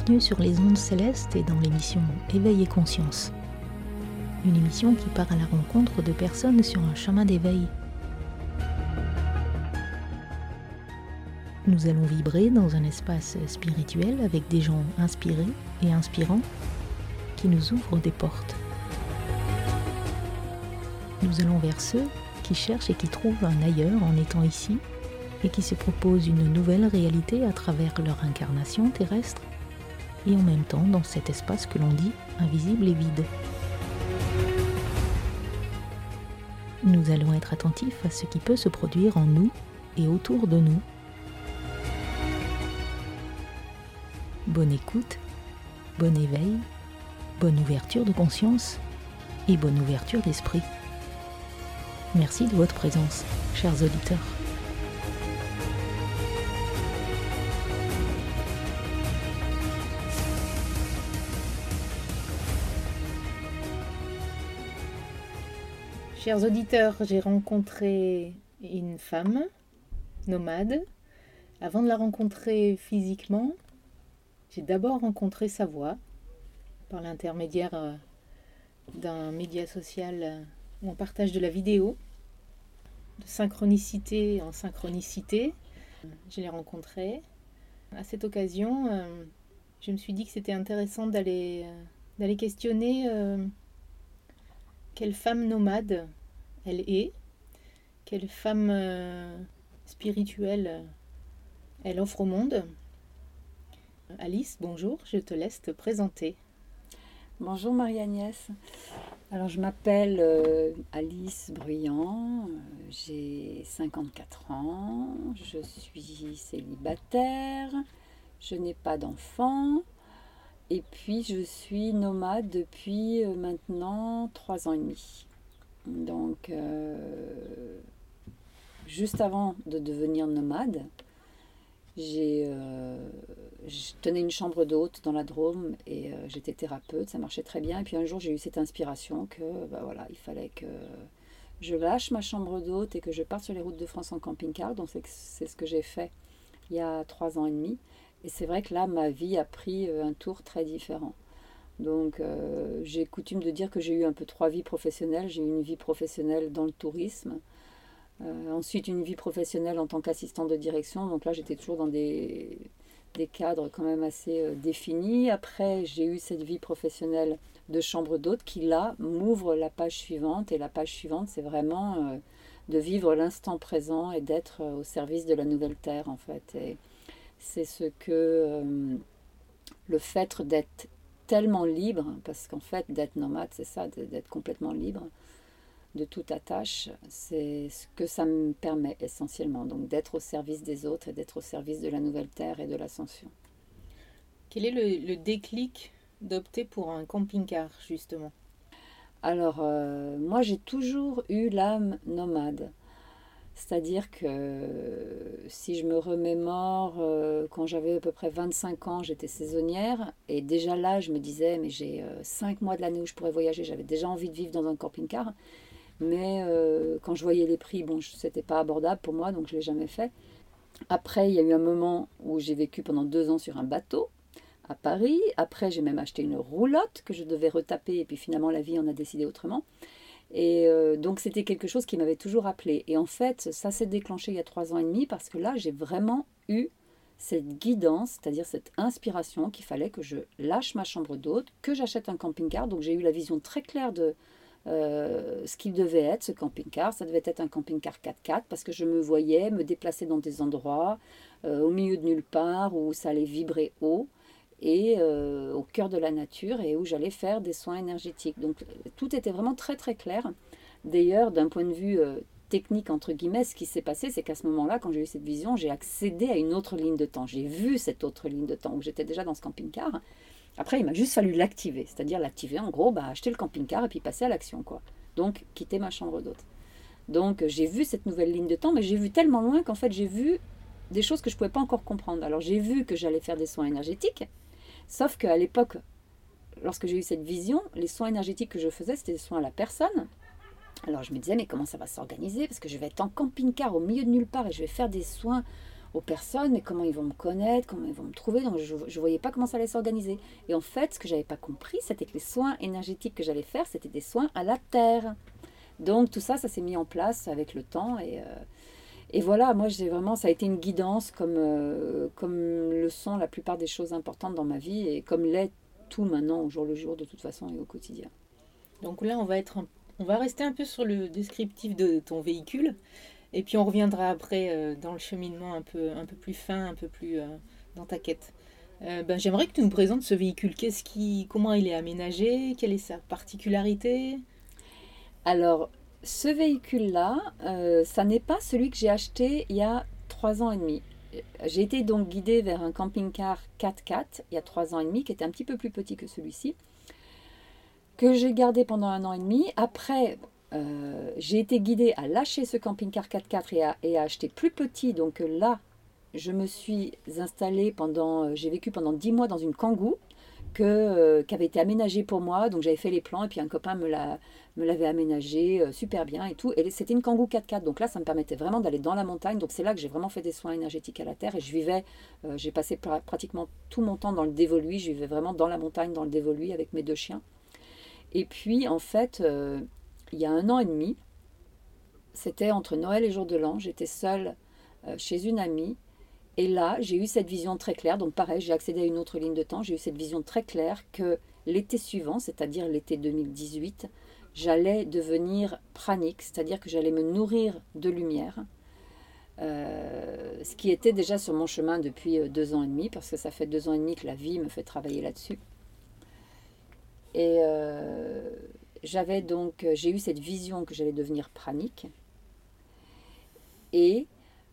bienvenue sur les ondes célestes et dans l'émission Éveil et Conscience. Une émission qui part à la rencontre de personnes sur un chemin d'éveil. Nous allons vibrer dans un espace spirituel avec des gens inspirés et inspirants qui nous ouvrent des portes. Nous allons vers ceux qui cherchent et qui trouvent un ailleurs en étant ici et qui se proposent une nouvelle réalité à travers leur incarnation terrestre et en même temps dans cet espace que l'on dit invisible et vide. Nous allons être attentifs à ce qui peut se produire en nous et autour de nous. Bonne écoute, bon éveil, bonne ouverture de conscience et bonne ouverture d'esprit. Merci de votre présence, chers auditeurs. Chers auditeurs, j'ai rencontré une femme nomade. Avant de la rencontrer physiquement, j'ai d'abord rencontré sa voix par l'intermédiaire d'un média social où on partage de la vidéo, de synchronicité en synchronicité. Je l'ai rencontrée. À cette occasion, je me suis dit que c'était intéressant d'aller questionner quelle femme nomade elle est, quelle femme spirituelle elle offre au monde. Alice, bonjour, je te laisse te présenter. Bonjour Marie-Agnès. Alors je m'appelle Alice Bruyant, j'ai 54 ans, je suis célibataire, je n'ai pas d'enfant et puis je suis nomade depuis maintenant 3 ans et demi. Donc juste avant de devenir nomade, je tenais une chambre d'hôte dans la Drôme et j'étais thérapeute, ça marchait très bien. Et puis un jour, j'ai eu cette inspiration que il fallait que je lâche ma chambre d'hôte et que je parte sur les routes de France en camping-car. Donc c'est ce que j'ai fait il y a 3 ans et demi. Et c'est vrai que là, ma vie a pris un tour très différent. Donc j'ai coutume de dire que j'ai eu un peu 3 vies professionnelles. J'ai eu une vie professionnelle dans le tourisme. Ensuite, une vie professionnelle en tant qu'assistante de direction. Donc là, j'étais toujours dans des cadres quand même assez définis. Après, j'ai eu cette vie professionnelle de chambre d'hôte qui, là, m'ouvre la page suivante. Et la page suivante, c'est vraiment de vivre l'instant présent et d'être au service de la nouvelle terre, en fait. Et c'est ce que le fait d'être tellement libre, parce qu'en fait, d'être nomade, c'est ça, d'être complètement libre de toute attache, c'est ce que ça me permet essentiellement, donc d'être au service des autres et d'être au service de la nouvelle terre et de l'ascension. Quel est le déclic d'opter pour un camping-car, justement ? Alors, moi j'ai toujours eu l'âme nomade, c'est-à-dire que si je me remémore, quand j'avais à peu près 25 ans, j'étais saisonnière, et déjà là je me disais, mais j'ai 5 mois de l'année où je pourrais voyager, j'avais déjà envie de vivre dans un camping-car. Mais quand je voyais les prix, c'était pas abordable pour moi, donc je ne l'ai jamais fait. Après, il y a eu un moment où j'ai vécu pendant 2 ans sur un bateau à Paris. Après, j'ai même acheté une roulotte que je devais retaper, et puis finalement, la vie en a décidé autrement. Et donc, c'était quelque chose qui m'avait toujours appelé. Et en fait, ça s'est déclenché il y a 3 ans et demi, parce que là, j'ai vraiment eu cette guidance, c'est-à-dire cette inspiration qu'il fallait que je lâche ma chambre d'hôte, que j'achète un camping-car. Donc, j'ai eu la vision très claire de ce qu'il devait être, ce camping-car. Ça devait être un camping-car 4x4 parce que je me voyais me déplacer dans des endroits au milieu de nulle part où ça allait vibrer haut et au cœur de la nature et où j'allais faire des soins énergétiques. Donc tout était vraiment très très clair. D'ailleurs, d'un point de vue technique entre guillemets, ce qui s'est passé, c'est qu'à ce moment-là, quand j'ai eu cette vision, j'ai accédé à une autre ligne de temps. J'ai vu cette autre ligne de temps où j'étais déjà dans ce camping-car. Après, il m'a juste fallu l'activer, c'est-à-dire l'activer, en gros, acheter le camping-car et puis passer à l'action, quoi. Donc, quitter ma chambre d'hôte. Donc, j'ai vu cette nouvelle ligne de temps, mais j'ai vu tellement loin qu'en fait, j'ai vu des choses que je ne pouvais pas encore comprendre. Alors, j'ai vu que j'allais faire des soins énergétiques, sauf qu'à l'époque, lorsque j'ai eu cette vision, les soins énergétiques que je faisais, c'était des soins à la personne. Alors, je me disais, mais comment ça va s'organiser ? Parce que je vais être en camping-car au milieu de nulle part et je vais faire des soins aux personnes, mais comment ils vont me connaître, comment ils vont me trouver. Donc je ne voyais pas comment ça allait s'organiser. Et en fait, ce que j'avais pas compris, c'était que les soins énergétiques que j'allais faire, c'était des soins à la terre. Donc tout ça, ça s'est mis en place avec le temps. Et voilà, moi, j'ai vraiment, ça a été une guidance comme le sont la plupart des choses importantes dans ma vie et comme l'est tout maintenant au jour le jour de toute façon et au quotidien. Donc là, on va rester un peu sur le descriptif de ton véhicule. Et puis on reviendra après dans le cheminement un peu plus fin, un peu plus dans ta quête. J'aimerais que tu nous présentes ce véhicule. Comment il est aménagé? Quelle est sa particularité? Alors, ce véhicule-là, ça n'est pas celui que j'ai acheté il y a 3 ans et demi. J'ai été donc guidée vers un camping-car 4x4 il y a 3 ans et demi, qui était un petit peu plus petit que celui-ci, que j'ai gardé pendant 1 an et demi. Après, j'ai été guidée à lâcher ce camping-car 4x4 et à acheter plus petit. Donc là, je me suis installée j'ai vécu pendant 10 mois dans une Kangoo qui avait été aménagée pour moi. Donc j'avais fait les plans et puis un copain me l'avait aménagé super bien et tout. Et c'était une Kangoo 4x4. Donc là, ça me permettait vraiment d'aller dans la montagne. Donc c'est là que j'ai vraiment fait des soins énergétiques à la terre. Et j'ai passé pratiquement tout mon temps dans le Dévoluy. Je vivais vraiment dans la montagne, dans le Dévoluy avec mes 2 chiens. Et puis en fait, il y a 1 an et demi, c'était entre Noël et Jour de l'An. J'étais seule chez une amie. Et là, j'ai eu cette vision très claire. Donc pareil, j'ai accédé à une autre ligne de temps. J'ai eu cette vision très claire que l'été suivant, c'est-à-dire l'été 2018, j'allais devenir pranique, c'est-à-dire que j'allais me nourrir de lumière. Ce qui était déjà sur mon chemin depuis 2 ans et demi, parce que ça fait 2 ans et demi que la vie me fait travailler là-dessus. Et j'ai eu cette vision que j'allais devenir pranique et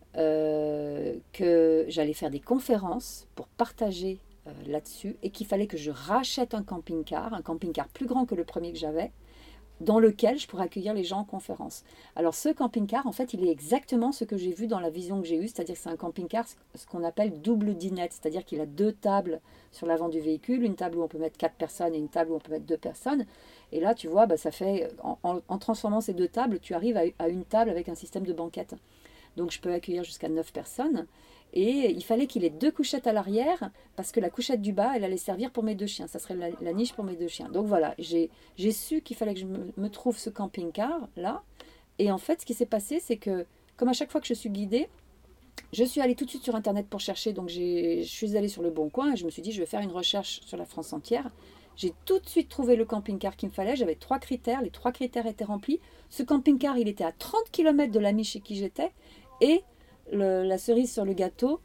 que j'allais faire des conférences pour partager là-dessus et qu'il fallait que je rachète un camping-car plus grand que le premier que j'avais, dans lequel je pourrais accueillir les gens en conférence. Alors ce camping-car, en fait, il est exactement ce que j'ai vu dans la vision que j'ai eue, c'est-à-dire que c'est un camping-car, ce qu'on appelle double dinette, c'est-à-dire qu'il a 2 tables sur l'avant du véhicule, une table où on peut mettre 4 personnes et une table où on peut mettre 2 personnes. Et là, tu vois, ça fait, en transformant ces 2 tables, tu arrives à une table avec un système de banquette. Donc je peux accueillir jusqu'à 9 personnes. Et il fallait qu'il ait 2 couchettes à l'arrière, parce que la couchette du bas, elle allait servir pour mes 2 chiens. Ça serait la niche pour mes 2 chiens. Donc voilà, j'ai su qu'il fallait que je me trouve ce camping-car là. Et en fait, ce qui s'est passé, c'est que, comme à chaque fois que je suis guidée, je suis allée tout de suite sur Internet pour chercher. Donc je suis allée sur Le Bon Coin et je me suis dit, je vais faire une recherche sur la France entière. J'ai tout de suite trouvé le camping-car qu'il me fallait. J'avais 3 critères. Les 3 critères étaient remplis. Ce camping-car, il était à 30 km de la niche chez qui j'étais. Et la cerise sur le gâteau,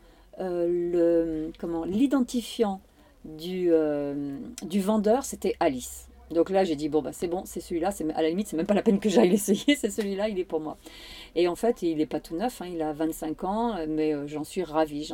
l'identifiant du vendeur, c'était Alice. Donc là, j'ai dit, c'est bon, c'est celui-là. À la limite, c'est même pas la peine que j'aille l'essayer. C'est celui-là, il est pour moi. Et en fait, il n'est pas tout neuf. Il a 25 ans, mais j'en suis ravie.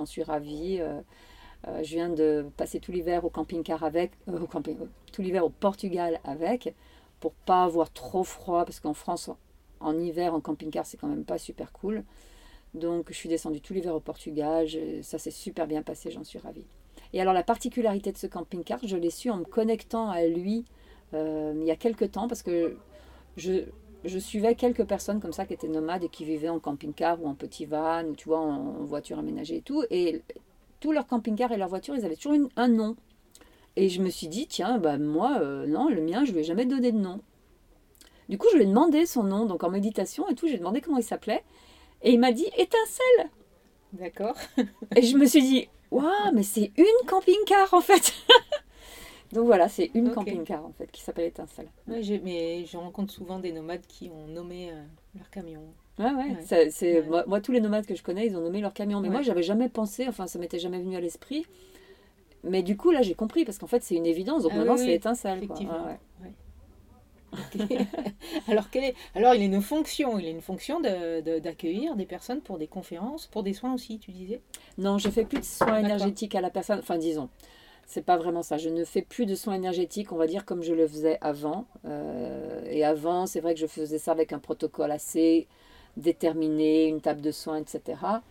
Je viens de passer tout l'hiver au camping-car tout l'hiver au Portugal avec, pour pas avoir trop froid, parce qu'en France, en hiver, en camping-car, c'est quand même pas super cool. Donc je suis descendue tout l'hiver au Portugal, ça s'est super bien passé, j'en suis ravie. Et alors la particularité de ce camping-car, je l'ai su en me connectant à lui il y a quelques temps, parce que je suivais quelques personnes comme ça qui étaient nomades et qui vivaient en camping-car ou en petit van, ou tu vois, en voiture aménagée et tout. Et tous leurs camping-cars et leurs voitures, ils avaient toujours un nom. Et je me suis dit, tiens, moi, non, le mien, je ne lui ai jamais donné de nom. Du coup, je lui ai demandé son nom, donc en méditation et tout, j'ai demandé comment il s'appelait. Et il m'a dit Étincelle. D'accord. Et je me suis dit, waouh, mais c'est une camping-car en fait. Donc voilà, c'est une camping-car en fait qui s'appelle Étincelle. Ouais, mais je rencontre souvent des nomades qui ont nommé leur camion. Ouais. Moi, tous les nomades que je connais, ils ont nommé leur camion. Mais moi, j'avais jamais pensé, enfin, ça m'était jamais venu à l'esprit. Mais du coup, là, j'ai compris parce qu'en fait, c'est une évidence. Donc maintenant, c'est Étincelle. Effectivement. Ouais. Okay. Alors, il a une fonction. Il a une fonction d'accueillir des personnes pour des conférences, pour des soins aussi, tu disais? Non, je fais plus de soins énergétiques à la personne. Enfin, disons, c'est pas vraiment ça. Je ne fais plus de soins énergétiques, on va dire, comme je le faisais avant. Et avant, c'est vrai que je faisais ça avec un protocole assez déterminé, une table de soins, etc.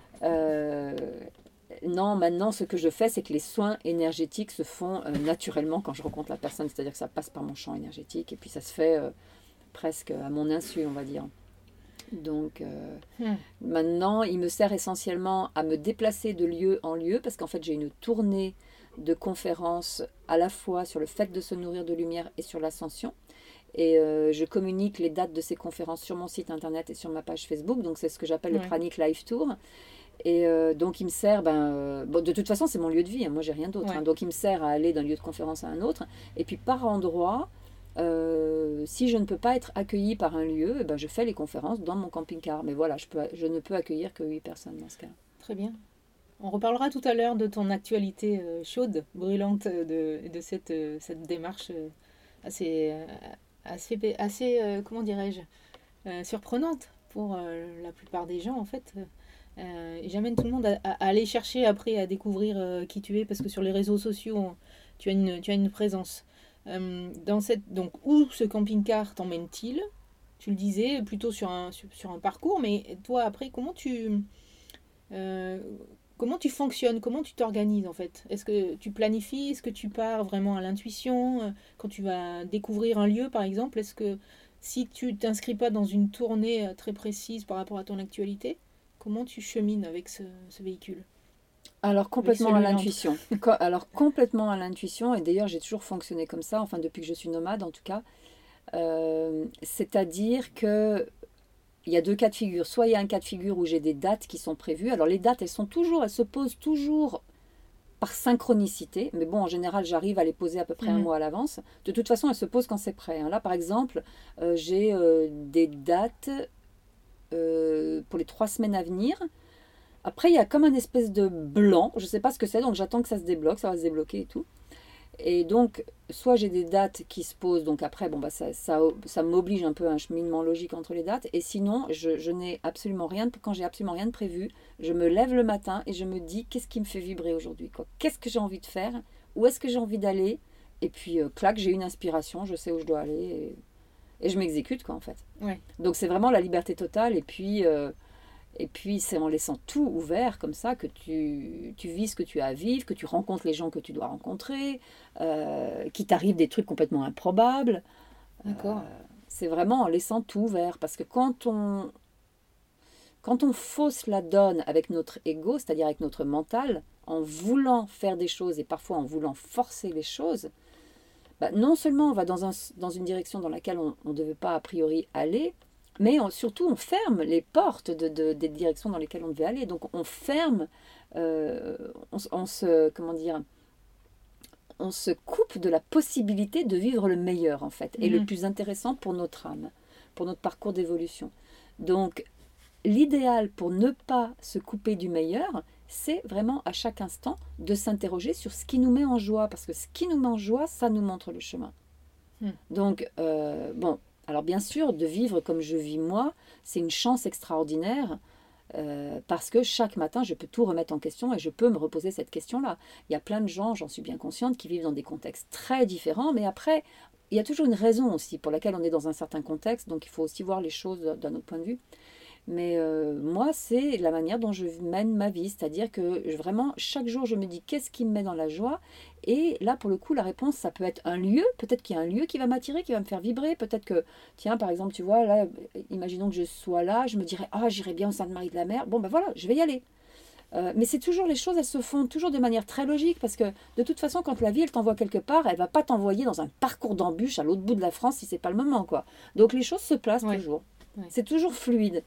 Non, maintenant, ce que je fais, c'est que les soins énergétiques se font naturellement quand je rencontre la personne. C'est-à-dire que ça passe par mon champ énergétique et puis ça se fait presque à mon insu, on va dire. Donc Hmm. maintenant, il me sert essentiellement à me déplacer de lieu en lieu parce qu'en fait, j'ai une tournée de conférences à la fois sur le fait de se nourrir de lumière et sur l'ascension. Et je communique les dates de ces conférences sur mon site internet et sur ma page Facebook. Donc c'est ce que j'appelle le Ouais. Pranic Life Tour. Et donc il me sert, bon, de toute façon c'est mon lieu de vie, hein, moi j'ai rien d'autre. Ouais. Donc il me sert à aller d'un lieu de conférence à un autre. Et puis par endroit, si je ne peux pas être accueillie par un lieu, eh ben, je fais les conférences dans mon camping-car. Mais voilà, je ne peux accueillir que 8 personnes dans ce cas. Très bien. On reparlera tout à l'heure de ton actualité chaude, brûlante, de cette démarche assez, comment dirais-je, surprenante pour la plupart des gens en fait. Et j'amène tout le monde à aller chercher après à découvrir qui tu es parce que sur les réseaux sociaux, tu as une présence. Donc, où ce camping-car t'emmène-t-il? Tu le disais, plutôt sur un parcours, mais toi après, euh, comment tu fonctionnes? Comment tu t'organises en fait? Est-ce que tu planifies? Est-ce que tu pars vraiment à l'intuition? Quand tu vas découvrir un lieu par exemple, est-ce que si tu t'inscris pas dans une tournée très précise par rapport à ton actualité, comment tu chemines avec ce véhicule? Alors Avec complètement à celui-là en tout l'intuition. Alors complètement à l'intuition, et d'ailleurs j'ai toujours fonctionné comme ça, enfin depuis que je suis nomade en tout cas. C'est-à-dire que il y a deux cas de figure. Soit il y a un cas de figure où j'ai des dates qui sont prévues. Alors les dates, elles se posent toujours par synchronicité. Mais bon, en général, j'arrive à les poser à peu près un cas. mois à l'avance. De toute façon, elles se posent quand c'est prêt, hein. Là, par exemple, j'ai des dates pour les 3 semaines à venir. Après, il y a comme un espèce de blanc. Je ne sais pas ce que c'est, donc j'attends que ça se débloque. Ça va se débloquer et tout. Et donc, soit j'ai des dates qui se posent, donc après, bon, bah, ça m'oblige un peu à un cheminement logique entre les dates. Et sinon, je n'ai absolument rien, quand j'ai absolument rien de prévu, je me lève le matin et je me dis qu'est-ce qui me fait vibrer aujourd'hui, quoi. Qu'est-ce que j'ai envie de faire? Où est-ce que j'ai envie d'aller? Et puis, clac, j'ai une inspiration, je sais où je dois aller et je m'exécute, quoi, en fait. Ouais. Donc, c'est vraiment la liberté totale. Et puis, c'est en laissant tout ouvert comme ça que tu vis ce que tu as à vivre, que tu rencontres les gens que tu dois rencontrer, qu'il t'arrive des trucs complètement improbables. D'accord. C'est vraiment en laissant tout ouvert. Parce que quand on fausse la donne avec notre ego, c'est-à-dire avec notre mental, en voulant faire des choses et parfois en voulant forcer les choses, bah, non seulement on va dans une direction dans laquelle on ne devait pas a priori aller, mais surtout on ferme les portes des directions dans lesquelles on devait aller. Donc on ferme, on se, comment dire, on se coupe de la possibilité de vivre le meilleur en fait, et le plus intéressant pour notre âme, pour notre parcours d'évolution. Donc l'idéal pour ne pas se couper du meilleur, c'est vraiment à chaque instant de s'interroger sur ce qui nous met en joie, parce que ce qui nous met en joie, ça nous montre le chemin. Donc, bon, alors bien sûr, de vivre comme je vis moi, c'est une chance extraordinaire, parce que chaque matin, je peux tout remettre en question et je peux me reposer cette question-là. Il y a plein de gens, j'en suis bien consciente, qui vivent dans des contextes très différents, mais après, il y a toujours une raison aussi pour laquelle on est dans un certain contexte, donc il faut aussi voir les choses d'un autre point de vue. Mais moi, c'est la manière dont je mène ma vie. C'est-à-dire que vraiment, chaque jour, je me dis qu'est-ce qui me met dans la joie. Et là, pour le coup, la réponse, ça peut être un lieu. Peut-être qu'il y a un lieu qui va m'attirer, qui va me faire vibrer. Peut-être que, tiens, par exemple, tu vois, là, imaginons que je sois là, je me dirais, ah, j'irai bien au Sainte-Marie de la Mer. Bon, ben voilà, je vais y aller. Mais c'est toujours les choses, elles se font toujours de manière très logique. Parce que de toute façon, quand la vie, elle t'envoie quelque part, elle va pas t'envoyer dans un parcours d'embûches à l'autre bout de la France si c'est pas le moment, quoi. Donc les choses se placent Ouais. toujours. Ouais. C'est toujours fluide.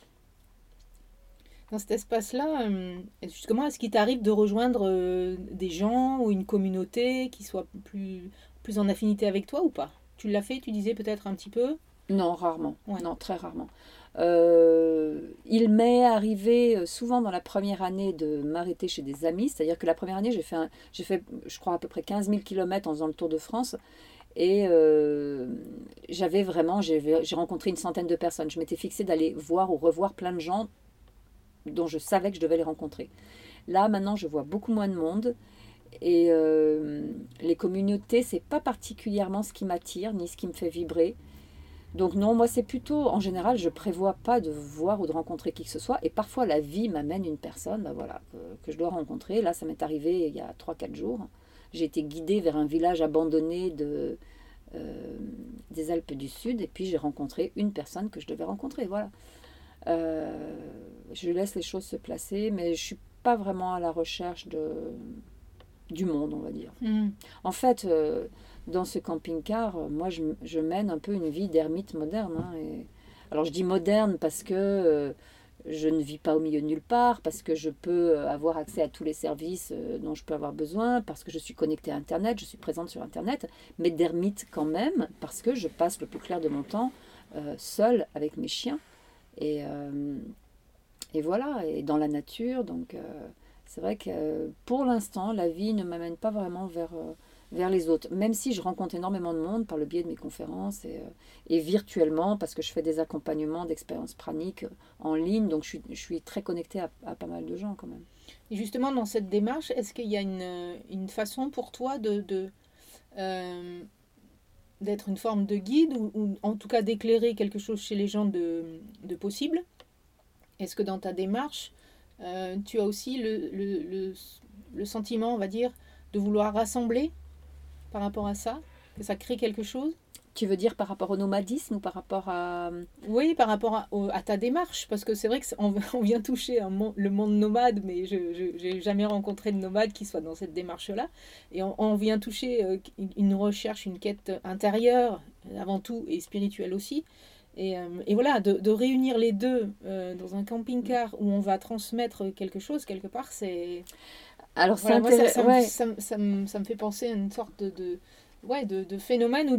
Dans cet espace-là, justement, est-ce qu'il t'arrive de rejoindre des gens ou une communauté qui soit plus en affinité avec toi ou pas? Tu l'as fait, tu disais peut-être un petit peu? Non, rarement. Ouais. Non, très rarement. Il m'est arrivé souvent dans la première année de m'arrêter chez des amis. C'est-à-dire que la première année, j'ai fait, je crois, à peu près 15 000 kilomètres en faisant le Tour de France. Et j'ai rencontré une centaine de personnes. Je m'étais fixée d'aller voir ou revoir plein de gens dont je savais que je devais les rencontrer. Là, maintenant, je vois beaucoup moins de monde. Et les communautés, c'est pas particulièrement ce qui m'attire, ni ce qui me fait vibrer. Donc non, moi c'est plutôt, en général, je prévois pas de voir ou de rencontrer qui que ce soit. Et parfois la vie m'amène une personne, ben voilà, que je dois rencontrer. Là, ça m'est arrivé il y a 3 4 jours. J'ai été guidée vers un village abandonné des Alpes du Sud. Et puis j'ai rencontré une personne que je devais rencontrer, voilà. Euh, je laisse les choses se placer, mais je suis pas vraiment à la recherche du monde, on va dire. Mhm. En fait, dans ce camping-car, moi, je mène un peu une vie d'ermite moderne, hein, alors, je dis moderne parce que je ne vis pas au milieu de nulle part, parce que je peux avoir accès à tous les services dont je peux avoir besoin, parce que je suis connectée à Internet, je suis présente sur Internet, mais d'ermite quand même, parce que je passe le plus clair de mon temps seule avec mes chiens. Et, euh, et voilà, et dans la nature. Donc, c'est vrai que pour l'instant, la vie ne m'amène pas vraiment vers les autres. Même si je rencontre énormément de monde par le biais de mes conférences et virtuellement, parce que je fais des accompagnements d'expériences praniques en ligne. Donc, je suis très connectée à pas mal de gens quand même. Et justement, dans cette démarche, est-ce qu'il y a une façon pour toi euh, d'être une forme de guide ou en tout cas d'éclairer quelque chose chez les gens de possible? Est-ce que dans ta démarche, tu as aussi le sentiment, on va dire, de vouloir rassembler par rapport à ça? Que ça crée quelque chose? Tu veux dire par rapport au nomadisme ou par rapport à... Oui, par rapport à ta démarche, parce que c'est vrai qu'on on vient toucher le monde nomade, mais je n'ai jamais rencontré de nomade qui soit dans cette démarche-là. Et on vient toucher une recherche, une quête intérieure, avant tout, et spirituelle aussi. Et voilà, de réunir les deux dans un camping-car où on va transmettre quelque chose, quelque part, c'est... Alors, c'est Voilà, moi, ça, intéressant. Ouais. ça me fait penser à une sorte ouais, de phénomène ou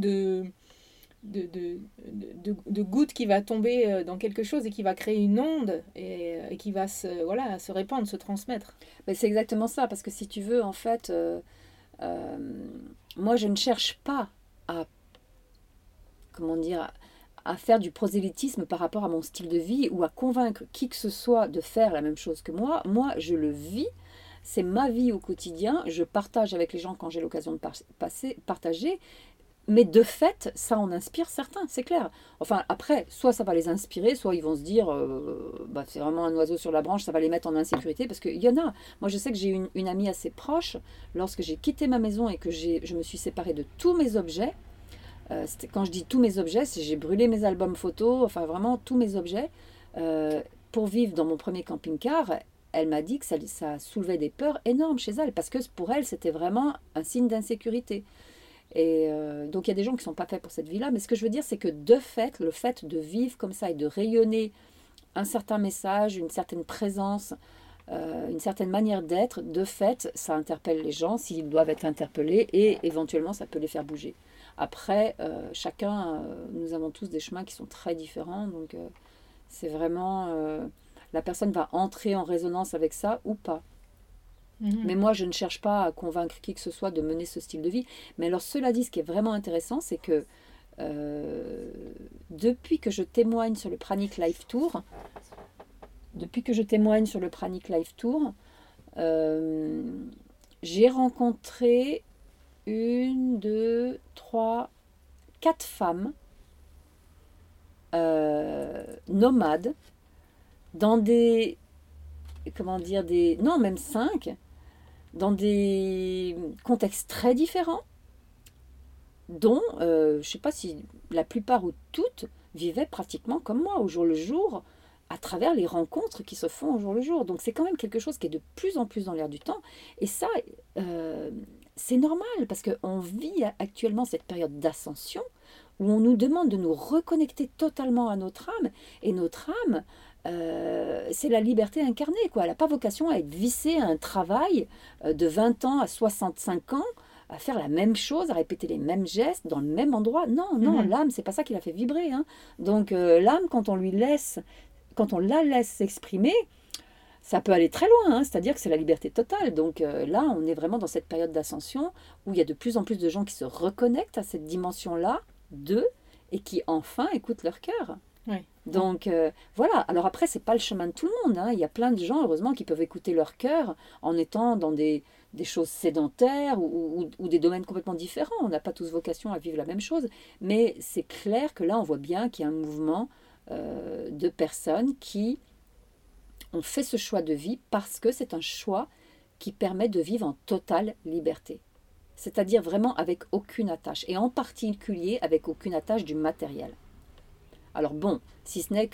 de goutte qui va tomber dans quelque chose et qui va créer une onde et qui va voilà, se répandre, se transmettre. Mais c'est exactement ça, parce que si tu veux, en fait, euh, moi, je ne cherche pas à, comment dire, à faire du prosélytisme par rapport à mon style de vie ou à convaincre qui que ce soit de faire la même chose que moi. Moi, je le vis. C'est ma vie au quotidien. Je partage avec les gens quand j'ai l'occasion de partager. Mais de fait, ça en inspire certains, c'est clair. Enfin, après, soit ça va les inspirer, soit ils vont se dire, bah, c'est vraiment un oiseau sur la branche, ça va les mettre en insécurité, parce qu'il y en a. Moi, je sais que j'ai une amie assez proche, lorsque j'ai quitté ma maison et que je me suis séparée de tous mes objets, quand je dis tous mes objets, c'est j'ai brûlé mes albums photos, enfin vraiment tous mes objets, euh, pour vivre dans mon premier camping-car. Elle m'a dit que ça soulevait des peurs énormes chez elle, parce que pour elle, c'était vraiment un signe d'insécurité. Donc il y a des gens qui ne sont pas faits pour cette vie-là, mais ce que je veux dire, c'est que de fait, le fait de vivre comme ça et de rayonner un certain message, une certaine présence, une certaine manière d'être, de fait, ça interpelle les gens s'ils doivent être interpellés et éventuellement ça peut les faire bouger. Après, chacun, nous avons tous des chemins qui sont très différents, donc c'est vraiment, la personne va entrer en résonance avec ça ou pas. Mhm. Mais moi, je ne cherche pas à convaincre qui que ce soit de mener ce style de vie. Mais alors, cela dit, ce qui est vraiment intéressant, c'est que euh, depuis que je témoigne sur le Pranic Life Tour, depuis que je témoigne sur le Pranic Life Tour, euh, j'ai rencontré une, deux, trois, quatre femmes nomades dans des, comment dire, non, même cinq, dans des contextes très différents, dont je ne sais pas si la plupart ou toutes vivaient pratiquement comme moi, au jour le jour, à travers les rencontres qui se font au jour le jour. Donc c'est quand même quelque chose qui est de plus en plus dans l'air du temps. Et ça, euh, c'est normal, parce qu'on vit actuellement cette période d'ascension, où on nous demande de nous reconnecter totalement à notre âme. Et notre âme, c'est la liberté incarnée, quoi. Elle n'a pas vocation à être vissée à un travail de 20 ans à 65 ans, à faire la même chose, à répéter les mêmes gestes dans le même endroit. Non, non, Mhm. l'âme, c'est pas ça qui la fait vibrer, hein. Donc l'âme, quand on la laisse s'exprimer, ça peut aller très loin, hein. C'est-à-dire que c'est la liberté totale. Donc là, on est vraiment dans cette période d'ascension où il y a de plus en plus de gens qui se reconnectent à cette dimension-là d'eux et qui enfin écoutent leur cœur. Ouais. Donc voilà, alors après, c'est pas le chemin de tout le monde, hein. Il y a plein de gens, heureusement, qui peuvent écouter leur cœur en étant dans des choses sédentaires ou des domaines complètement différents. On n'a pas tous vocation à vivre la même chose, mais c'est clair que là, on voit bien qu'il y a un mouvement de personnes qui ont fait ce choix de vie parce que c'est un choix qui permet de vivre en totale liberté. C'est-à-dire vraiment avec aucune attache, et en particulier avec aucune attache du matériel. Alors bon, si ce n'est que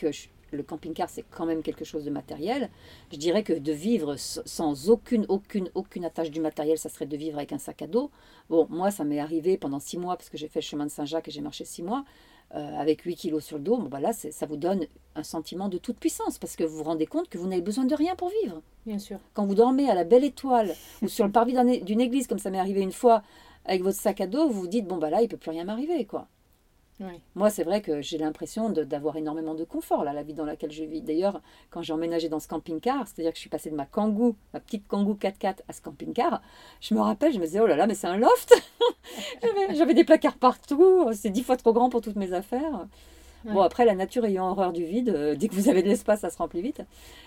le camping-car, c'est quand même quelque chose de matériel. Je dirais que de vivre sans aucune attache du matériel, ça serait de vivre avec un sac à dos. Bon, moi, ça m'est arrivé pendant 6 mois, parce que j'ai fait le chemin de Saint-Jacques et j'ai marché 6 mois, avec 8 kilos sur le dos. Bon, bah là, ça vous donne un sentiment de toute puissance, parce que vous vous rendez compte que vous n'avez besoin de rien pour vivre. Bien sûr. Quand vous dormez à la Belle Étoile, ou sur le parvis d'une église, comme ça m'est arrivé une fois, avec votre sac à dos, vous vous dites, bon, bah là, il ne peut plus rien m'arriver, quoi. Oui. Moi, c'est vrai que j'ai l'impression d'avoir énormément de confort, là, la vie dans laquelle je vis. D'ailleurs, quand j'ai emménagé dans ce camping-car, c'est-à-dire que je suis passée de ma petite Kangoo 4x4 à ce camping-car, je me rappelle, je me disais, oh là là, mais c'est un loft. J'avais des placards partout, c'est 10 fois trop grand pour toutes mes affaires. Ouais. Bon, après, la nature ayant horreur du vide, dès que vous avez de l'espace, ça se remplit vite.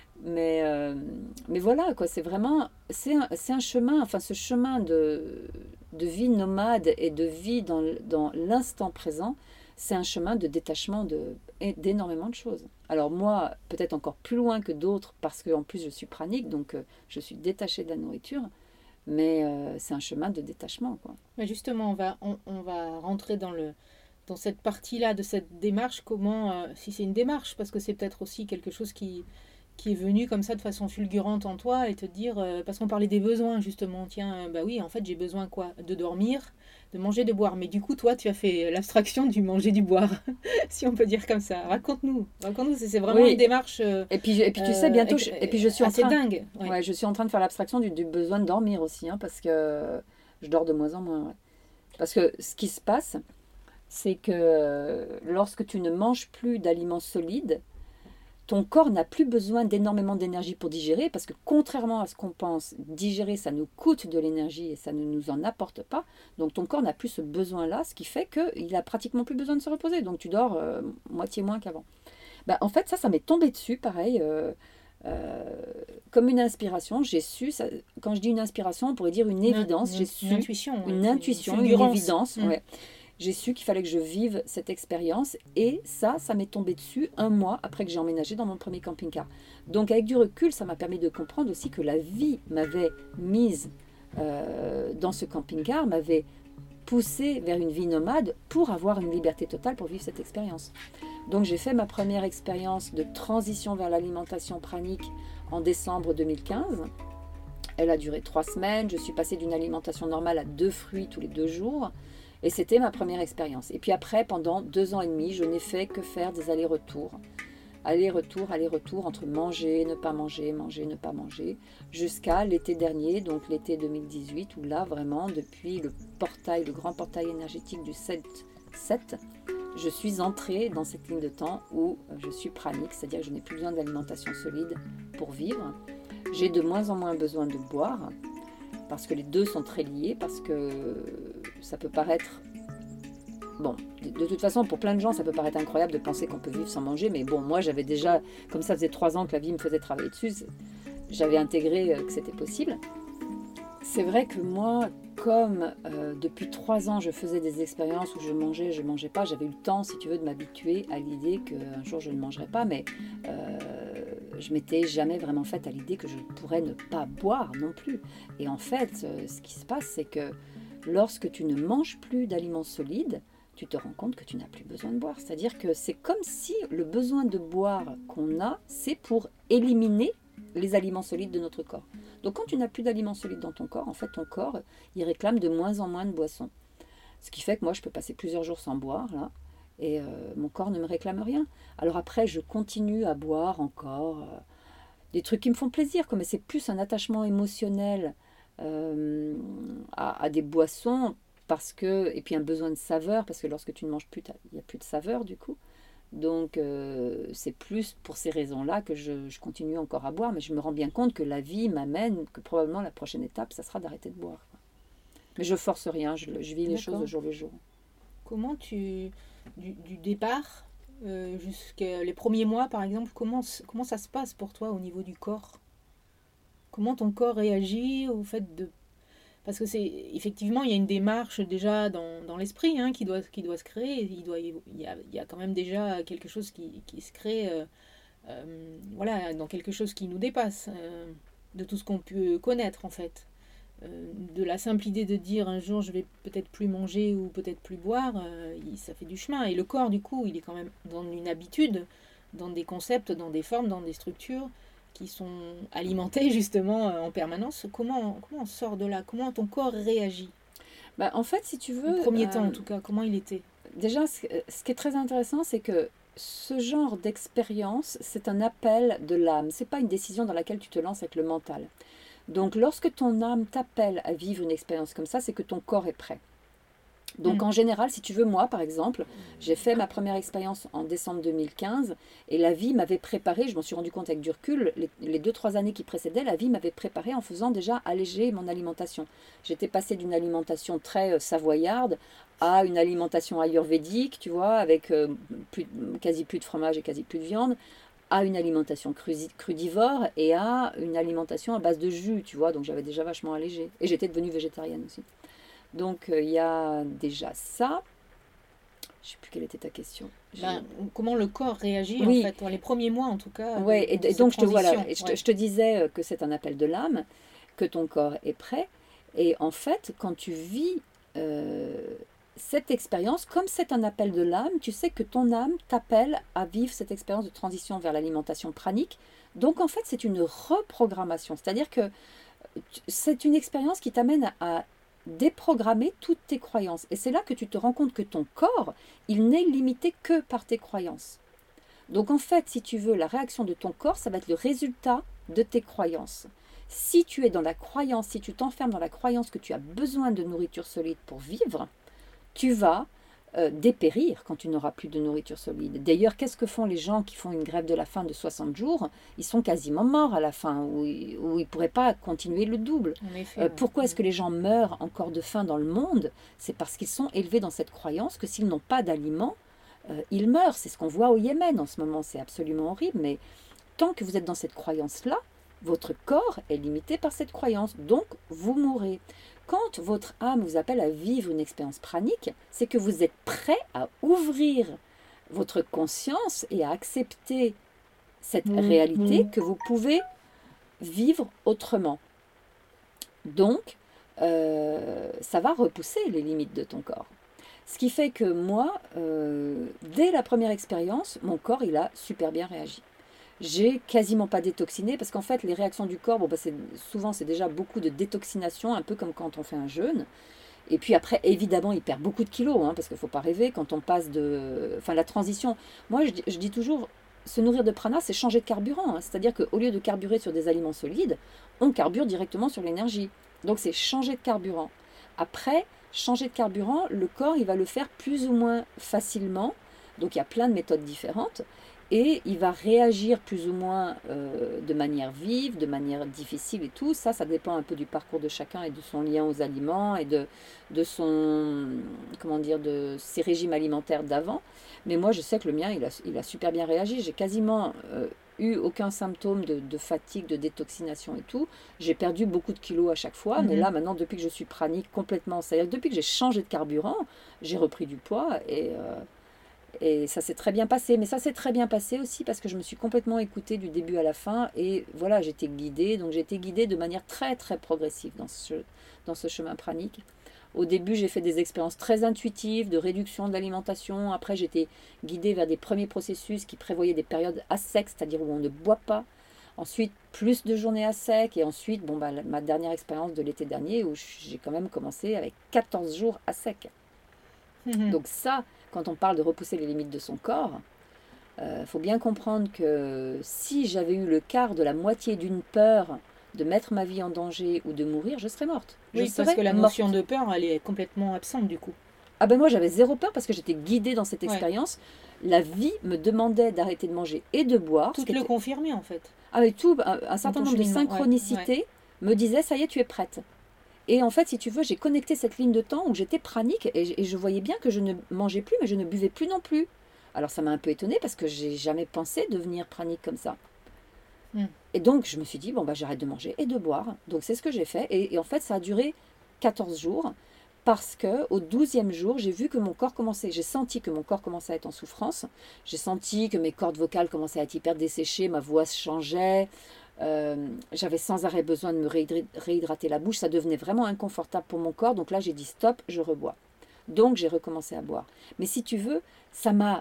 Mais voilà, quoi, c'est vraiment, c'est un chemin, enfin, ce chemin de vie nomade et de vie dans l'instant présent, c'est un chemin de détachement d'énormément de choses. Alors moi, peut-être encore plus loin que d'autres, parce qu'en plus je suis pranique, donc je suis détachée de la nourriture, mais c'est un chemin de détachement, quoi. Mais justement, on va rentrer dans cette partie-là de cette démarche. Comment, si c'est une démarche, parce que c'est peut-être aussi quelque chose qui est venu comme ça de façon fulgurante en toi et te dire, parce qu'on parlait des besoins justement, tiens, bah oui, en fait j'ai besoin quoi? De dormir, de manger, de boire. Mais du coup, toi, tu as fait l'abstraction du manger, du boire, si on peut dire comme ça. Raconte-nous, c'est vraiment Oui. une démarche Et puis tu sais, bientôt, et puis je suis assez dingue. Ouais. Ouais, je suis en train de faire l'abstraction du besoin de dormir aussi, hein, parce que je dors de moins en moins. Ouais. Parce que ce qui se passe, c'est que lorsque tu ne manges plus d'aliments solides, ton corps n'a plus besoin d'énormément d'énergie pour digérer, parce que contrairement à ce qu'on pense, digérer, ça nous coûte de l'énergie et ça ne nous en apporte pas. Donc ton corps n'a plus ce besoin-là, ce qui fait qu'il n'a pratiquement plus besoin de se reposer. Donc tu dors moitié moins qu'avant. Bah, en fait, ça m'est tombé dessus, pareil, comme une inspiration. J'ai su, quand je dis une inspiration, on pourrait dire une évidence. J'ai su, une intuition. une intuition, une évidence. Ouais. J'ai su qu'il fallait que je vive cette expérience et ça m'est tombé dessus 1 mois après que j'ai emménagé dans mon premier camping-car. Donc avec du recul, ça m'a permis de comprendre aussi que la vie m'avait mise dans ce camping-car, m'avait poussée vers une vie nomade pour avoir une liberté totale pour vivre cette expérience. Donc j'ai fait ma première expérience de transition vers l'alimentation pranique en décembre 2015. Elle a duré 3 semaines. Je suis passée d'une alimentation normale à 2 fruits tous les 2 jours. Et c'était ma première expérience. Et puis après, pendant 2 ans et demi, je n'ai fait que faire des allers-retours. Allers-retours entre manger, ne pas manger, manger, ne pas manger, jusqu'à l'été dernier, donc l'été 2018, où là, vraiment, depuis le grand portail énergétique du 7, je suis entrée dans cette ligne de temps où je suis pranique, c'est-à-dire que je n'ai plus besoin d'alimentation solide pour vivre. J'ai de moins en moins besoin de boire, parce que les deux sont très liés, parce que ça peut paraître... Bon, de toute façon, pour plein de gens, ça peut paraître incroyable de penser qu'on peut vivre sans manger, mais bon, moi, j'avais déjà, comme ça faisait 3 ans que la vie me faisait travailler dessus, j'avais intégré que c'était possible. C'est vrai que moi, comme depuis 3 ans, je faisais des expériences où je mangeais pas, j'avais eu le temps, si tu veux, de m'habituer à l'idée qu'un jour je ne mangerais pas, mais je m'étais jamais vraiment faite à l'idée que je pourrais ne pas boire non plus. Et en fait, ce qui se passe, c'est que lorsque tu ne manges plus d'aliments solides, tu te rends compte que tu n'as plus besoin de boire. C'est-à-dire que c'est comme si le besoin de boire qu'on a, c'est pour éliminer les aliments solides de notre corps. Donc quand tu n'as plus d'aliments solides dans ton corps, en fait ton corps, il réclame de moins en moins de boissons. Ce qui fait que moi je peux passer plusieurs jours sans boire là, et mon corps ne me réclame rien. Alors après je continue à boire encore des trucs qui me font plaisir, mais c'est plus un attachement émotionnel à des boissons, et puis un besoin de saveur, parce que lorsque tu ne manges plus, il n'y a plus de saveur du coup. Donc c'est plus pour ces raisons-là que je continue encore à boire, mais je me rends bien compte que la vie m'amène, que probablement la prochaine étape, ça sera d'arrêter de boire. Mais je force rien, je vis les choses au jour le jour. Comment du départ jusqu'à les premiers mois par exemple, comment ça se passe pour toi au niveau du corps? Comment ton corps réagit au fait de... Parce que c'est effectivement, il y a une démarche déjà dans l'esprit qui doit se créer. Il y a quand même déjà quelque chose qui se crée voilà, dans quelque chose qui nous dépasse de tout ce qu'on peut connaître en fait. De la simple idée de dire un jour je vais peut-être plus manger ou peut-être plus boire, ça fait du chemin. Et le corps du coup, il est quand même dans une habitude dans des concepts, dans des formes, dans des structures qui sont alimentées justement en permanence. Comment on sort de là? Comment ton corps réagit? Bah, en fait, si tu Au veux, premier temps en tout cas, comment il était? déjà, ce qui est très intéressant, c'est que ce genre d'expérience, c'est un appel de l'âme. C'est pas une décision dans laquelle tu te lances avec le mental. Donc, lorsque ton âme t'appelle à vivre une expérience comme ça, c'est que ton corps est prêt. Donc en général, si tu veux, moi par exemple, j'ai fait ma première expérience en décembre 2015 et la vie m'avait préparé, je m'en suis rendu compte avec du recul, les 2-3 années qui précédaient, la vie m'avait préparé en faisant déjà alléger mon alimentation. J'étais passée d'une alimentation très savoyarde à une alimentation ayurvédique, tu vois, avec quasi plus de fromage et quasi plus de viande, à une alimentation crudivore et à une alimentation à base de jus, tu vois, donc j'avais déjà vachement allégé. Et j'étais devenue végétarienne aussi. Donc il y a déjà ça. Je ne sais plus quelle était ta question. Comment le corps réagit oui. En fait, dans les premiers mois en tout cas. Oui, et donc je te disais que c'est un appel de l'âme, que ton corps est prêt. Et en fait, quand tu vis cette expérience, comme c'est un appel de l'âme, tu sais que ton âme t'appelle à vivre cette expérience de transition vers l'alimentation pranique. Donc en fait, c'est une reprogrammation. C'est-à-dire que c'est une expérience qui t'amène à déprogrammer toutes tes croyances. Et c'est là que tu te rends compte que ton corps, il n'est limité que par tes croyances. Donc en fait, si tu veux, la réaction de ton corps, ça va être le résultat de tes croyances. Si tu es dans la croyance, si tu t'enfermes dans la croyance que tu as besoin de nourriture solide pour vivre, tu vas dépérir quand tu n'auras plus de nourriture solide. D'ailleurs, qu'est-ce que font les gens qui font une grève de la faim de 60 jours? Ils sont quasiment morts à la fin, ou ils ne pourraient pas continuer le double. Effet, pourquoi est-ce que les gens meurent encore de faim dans le monde? C'est parce qu'ils sont élevés dans cette croyance que s'ils n'ont pas d'aliments, ils meurent. C'est ce qu'on voit au Yémen en ce moment, c'est absolument horrible, mais tant que vous êtes dans cette croyance-là, votre corps est limité par cette croyance, donc vous mourrez. Quand votre âme vous appelle à vivre une expérience pranique, c'est que vous êtes prêt à ouvrir votre conscience et à accepter cette réalité que vous pouvez vivre autrement. Donc, ça va repousser les limites de ton corps. Ce qui fait que moi, dès la première expérience, mon corps, il a super bien réagi. J'ai quasiment pas détoxiné parce qu'en fait les réactions du corps, souvent c'est déjà beaucoup de détoxination, un peu comme quand on fait un jeûne. Et puis après évidemment il perd beaucoup de kilos, parce qu'il ne faut pas rêver quand on passe la transition. Moi je dis toujours, se nourrir de prana c'est changer de carburant, c'est-à-dire qu'au lieu de carburer sur des aliments solides, on carbure directement sur l'énergie. Donc c'est changer de carburant. Après, changer de carburant, le corps il va le faire plus ou moins facilement, donc il y a plein de méthodes différentes. Et il va réagir plus ou moins de manière vive, de manière difficile et tout. Ça dépend un peu du parcours de chacun et de son lien aux aliments et de son, de ses régimes alimentaires d'avant. Mais moi, je sais que le mien, il a super bien réagi. J'ai quasiment eu aucun symptôme de fatigue, de détoxination et tout. J'ai perdu beaucoup de kilos à chaque fois. Mais là, maintenant, depuis que je suis pranique complètement, c'est-à-dire depuis que j'ai changé de carburant, j'ai repris du poids et ça s'est très bien passé. Mais ça s'est très bien passé aussi parce que je me suis complètement écoutée du début à la fin. Et voilà, j'étais guidée. Donc j'ai été guidée de manière très très progressive dans ce chemin pranique. Au début, j'ai fait des expériences très intuitives de réduction de l'alimentation. Après, j'étais guidée vers des premiers processus qui prévoyaient des périodes à sec, c'est-à-dire où on ne boit pas. Ensuite, plus de journées à sec. Et ensuite, ma dernière expérience de l'été dernier où j'ai quand même commencé avec 14 jours à sec. Donc ça, quand on parle de repousser les limites de son corps, faut bien comprendre que si j'avais eu le quart de la moitié d'une peur de mettre ma vie en danger ou de mourir, je serais morte. Oui, parce que la notion de peur, elle est complètement absente du coup. Ah ben moi j'avais zéro peur parce que j'étais guidée dans cette expérience. Ouais. La vie me demandait d'arrêter de manger et de boire. Tout le confirmait en fait. Ah mais tout, un certain nombre de synchronicités me disaient ça y est, tu es prête. Et en fait, si tu veux, j'ai connecté cette ligne de temps où j'étais pranique et je voyais bien que je ne mangeais plus, mais je ne buvais plus non plus. Alors ça m'a un peu étonnée parce que j'ai jamais pensé devenir pranique comme ça. Et donc je me suis dit, j'arrête de manger et de boire. Donc c'est ce que j'ai fait. Et en fait, ça a duré 14 jours parce qu'au 12e jour, j'ai senti que mon corps commençait à être en souffrance. J'ai senti que mes cordes vocales commençaient à être hyper desséchées, ma voix changeait. J'avais sans arrêt besoin de me réhydrater la bouche, ça devenait vraiment inconfortable pour mon corps, donc là j'ai dit stop, je rebois. Donc j'ai recommencé à boire. Mais si tu veux, ça m'a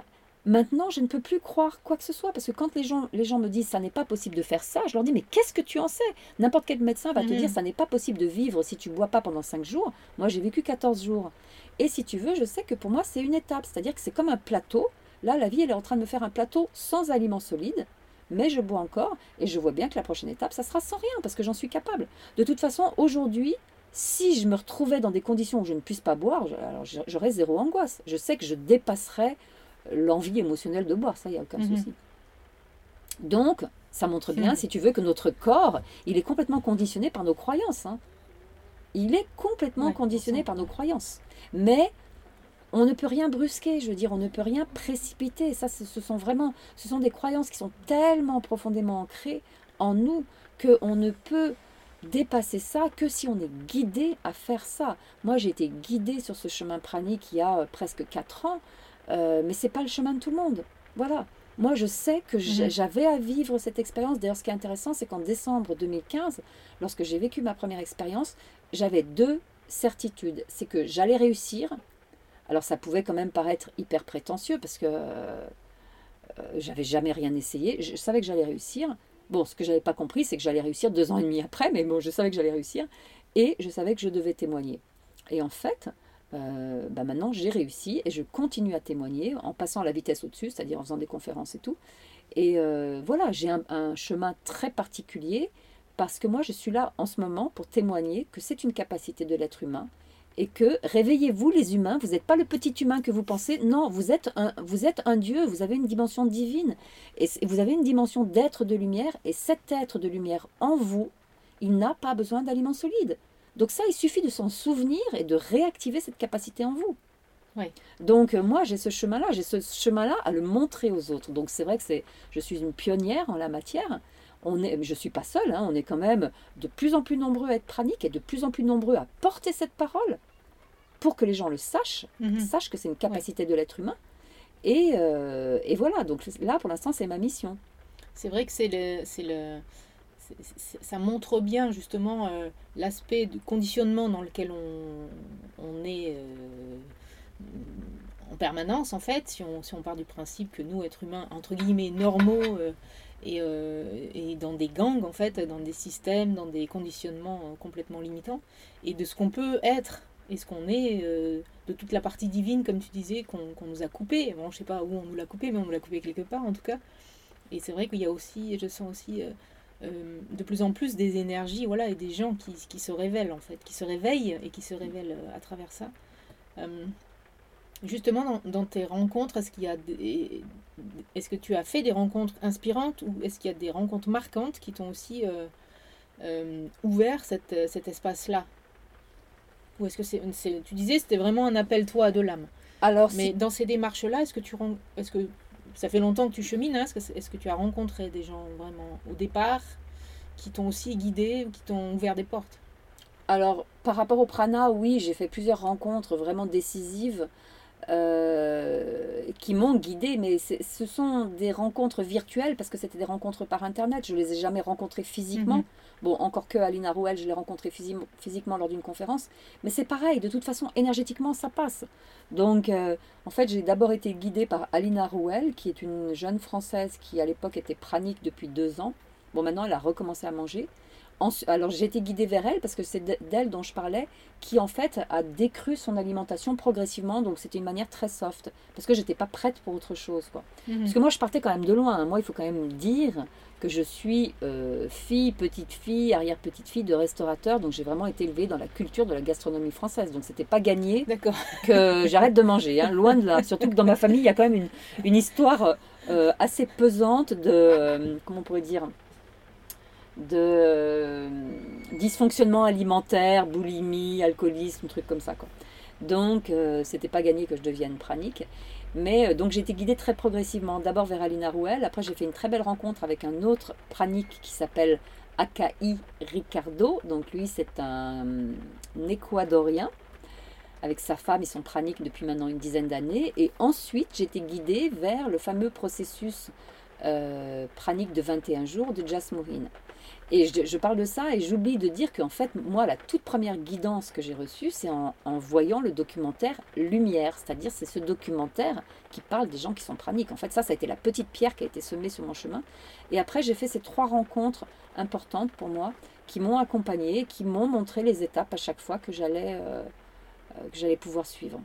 Maintenant, je ne peux plus croire quoi que ce soit, parce que quand les gens me disent ça n'est pas possible de faire ça, je leur dis mais qu'est-ce que tu en sais? N'importe quel médecin va te dire ça n'est pas possible de vivre si tu bois pas pendant 5 jours. Moi, j'ai vécu 14 jours. Et si tu veux, je sais que pour moi, c'est une étape, c'est-à-dire que c'est comme un plateau. Là, la vie, elle est en train de me faire un plateau sans aliments solides, mais je bois encore, et je vois bien que la prochaine étape, ça sera sans rien, parce que j'en suis capable. De toute façon, aujourd'hui, si je me retrouvais dans des conditions où je ne puisse pas boire, alors j'aurais zéro angoisse. Je sais que je dépasserais l'envie émotionnelle de boire, ça, il n'y a aucun souci. Donc, ça montre bien, si tu veux, que notre corps, il est complètement conditionné par nos croyances. Hein. Il est complètement conditionné par nos croyances. Mais on ne peut rien brusquer, je veux dire, on ne peut rien précipiter. Ça, ce sont des croyances qui sont tellement profondément ancrées en nous qu'on ne peut dépasser ça que si on est guidé à faire ça. Moi, j'ai été guidée sur ce chemin pranique il y a presque 4 ans, mais c'est pas le chemin de tout le monde. Voilà. Moi, je sais que j'avais à vivre cette expérience. D'ailleurs, ce qui est intéressant, c'est qu'en décembre 2015, lorsque j'ai vécu ma première expérience, j'avais 2 certitudes. C'est que j'allais réussir. Alors, ça pouvait quand même paraître hyper prétentieux parce que j'avais jamais rien essayé. Je savais que j'allais réussir. Bon, ce que j'avais pas compris, c'est que j'allais réussir 2 ans et demi après, mais bon, je savais que j'allais réussir. Et je savais que je devais témoigner. Et en fait, maintenant, j'ai réussi et je continue à témoigner en passant à la vitesse au-dessus, c'est-à-dire en faisant des conférences et tout. Et voilà, j'ai un chemin très particulier parce que moi, je suis là en ce moment pour témoigner que c'est une capacité de l'être humain et que réveillez-vous les humains, vous n'êtes pas le petit humain que vous pensez, non, vous êtes un Dieu, vous avez une dimension divine et vous avez une dimension d'être de lumière et cet être de lumière en vous, il n'a pas besoin d'aliments solides. Donc ça, il suffit de s'en souvenir et de réactiver cette capacité en vous. Oui. Donc moi, j'ai ce chemin-là à le montrer aux autres. Donc c'est vrai que je suis une pionnière en la matière. Je ne suis pas seule, hein, on est quand même de plus en plus nombreux à être praniques et de plus en plus nombreux à porter cette parole pour que les gens le sachent, sachent que c'est une capacité de l'être humain. Et voilà, donc là, pour l'instant, c'est ma mission. C'est vrai que ça montre bien justement l'aspect de conditionnement dans lequel on est en permanence en fait, si on part du principe que nous, êtres humains, entre guillemets, normaux, et dans des gangs en fait, dans des systèmes, dans des conditionnements complètement limitants, et de ce qu'on peut être et ce qu'on est, de toute la partie divine, comme tu disais, qu'on nous a coupé. Bon, je sais pas où on nous l'a coupé, mais on nous l'a coupé quelque part en tout cas. Et c'est vrai qu'il y a aussi, je sens aussi de plus en plus des énergies, voilà, et des gens qui se révèlent en fait, qui se réveillent et qui se révèlent à travers ça. Justement, dans tes rencontres, est-ce que tu as fait des rencontres inspirantes ou est-ce qu'il y a des rencontres marquantes qui t'ont aussi ouvert cet espace-là? Ou est-ce que tu disais c'était vraiment un appel toi de l'âme? Alors, mais dans ces démarches-là, est-ce que ça fait longtemps que tu chemines, hein, est-ce que tu as rencontré des gens vraiment au départ qui t'ont aussi guidé ou qui t'ont ouvert des portes? Alors, par rapport au prana, oui, j'ai fait plusieurs rencontres vraiment décisives qui m'ont guidée, mais ce sont des rencontres virtuelles parce que c'était des rencontres par Internet. Je ne les ai jamais rencontrées physiquement. Bon, encore que Alina Rouel, je l'ai rencontrée physiquement lors d'une conférence. Mais c'est pareil, de toute façon, énergétiquement, ça passe. Donc, en fait, j'ai d'abord été guidée par Alina Rouel, qui est une jeune Française qui, à l'époque, était pranique depuis 2 ans. Bon, maintenant, elle a recommencé à manger. Alors j'ai été guidée vers elle parce que c'est d'elle dont je parlais qui en fait a décru son alimentation progressivement, donc c'était une manière très soft parce que j'étais pas prête pour autre chose quoi. Parce que moi je partais quand même de loin, hein. Moi il faut quand même dire que je suis petite fille, arrière-petite fille de restaurateur, donc j'ai vraiment été élevée dans la culture de la gastronomie française, donc c'était pas gagné que j'arrête de manger, hein, loin de là, surtout que dans ma famille il y a quand même une histoire assez pesante de, comment on pourrait dire, de dysfonctionnement alimentaire, boulimie, alcoolisme, trucs comme ça quoi. Donc c'était pas gagné que je devienne pranique, mais donc j'ai été guidée très progressivement, d'abord vers Alina Rouel, après j'ai fait une très belle rencontre avec un autre pranique qui s'appelle Akai Ricardo, donc lui c'est un Équadorien, avec sa femme, ils sont praniques depuis maintenant une dizaine d'années, et ensuite j'ai été guidée vers le fameux processus pranique de 21 jours de Jas Mohin. Et je parle de ça et j'oublie de dire qu'en fait, moi, la toute première guidance que j'ai reçue, c'est en voyant le documentaire Lumière. C'est-à-dire, c'est ce documentaire qui parle des gens qui sont praniques. En fait, ça a été la petite pierre qui a été semée sur mon chemin. Et après, j'ai fait ces 3 rencontres importantes pour moi, qui m'ont accompagnée, qui m'ont montré les étapes à chaque fois que j'allais pouvoir suivre.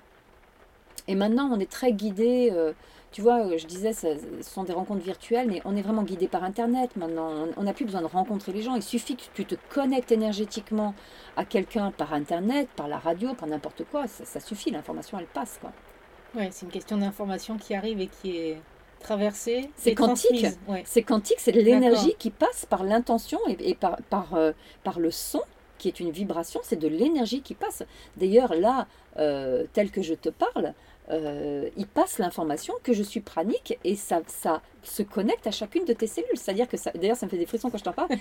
Et maintenant, on est très guidé. Tu vois, je disais, ce sont des rencontres virtuelles, mais on est vraiment guidé par Internet maintenant. On n'a plus besoin de rencontrer les gens. Il suffit que tu te connectes énergétiquement à quelqu'un par Internet, par la radio, par n'importe quoi. Ça suffit, l'information, elle passe, quoi. Ouais, c'est une question d'information qui arrive et qui est traversée C'est et quantique. transmise. Ouais. C'est quantique, c'est de l'énergie D'accord. qui passe par l'intention et par le son, qui est une vibration. C'est de l'énergie qui passe. D'ailleurs, là, tel que je te parle, il passe l'information que je suis pranique et ça se connecte à chacune de tes cellules. C'est-à-dire que d'ailleurs, ça me fait des frissons quand je t'en parle.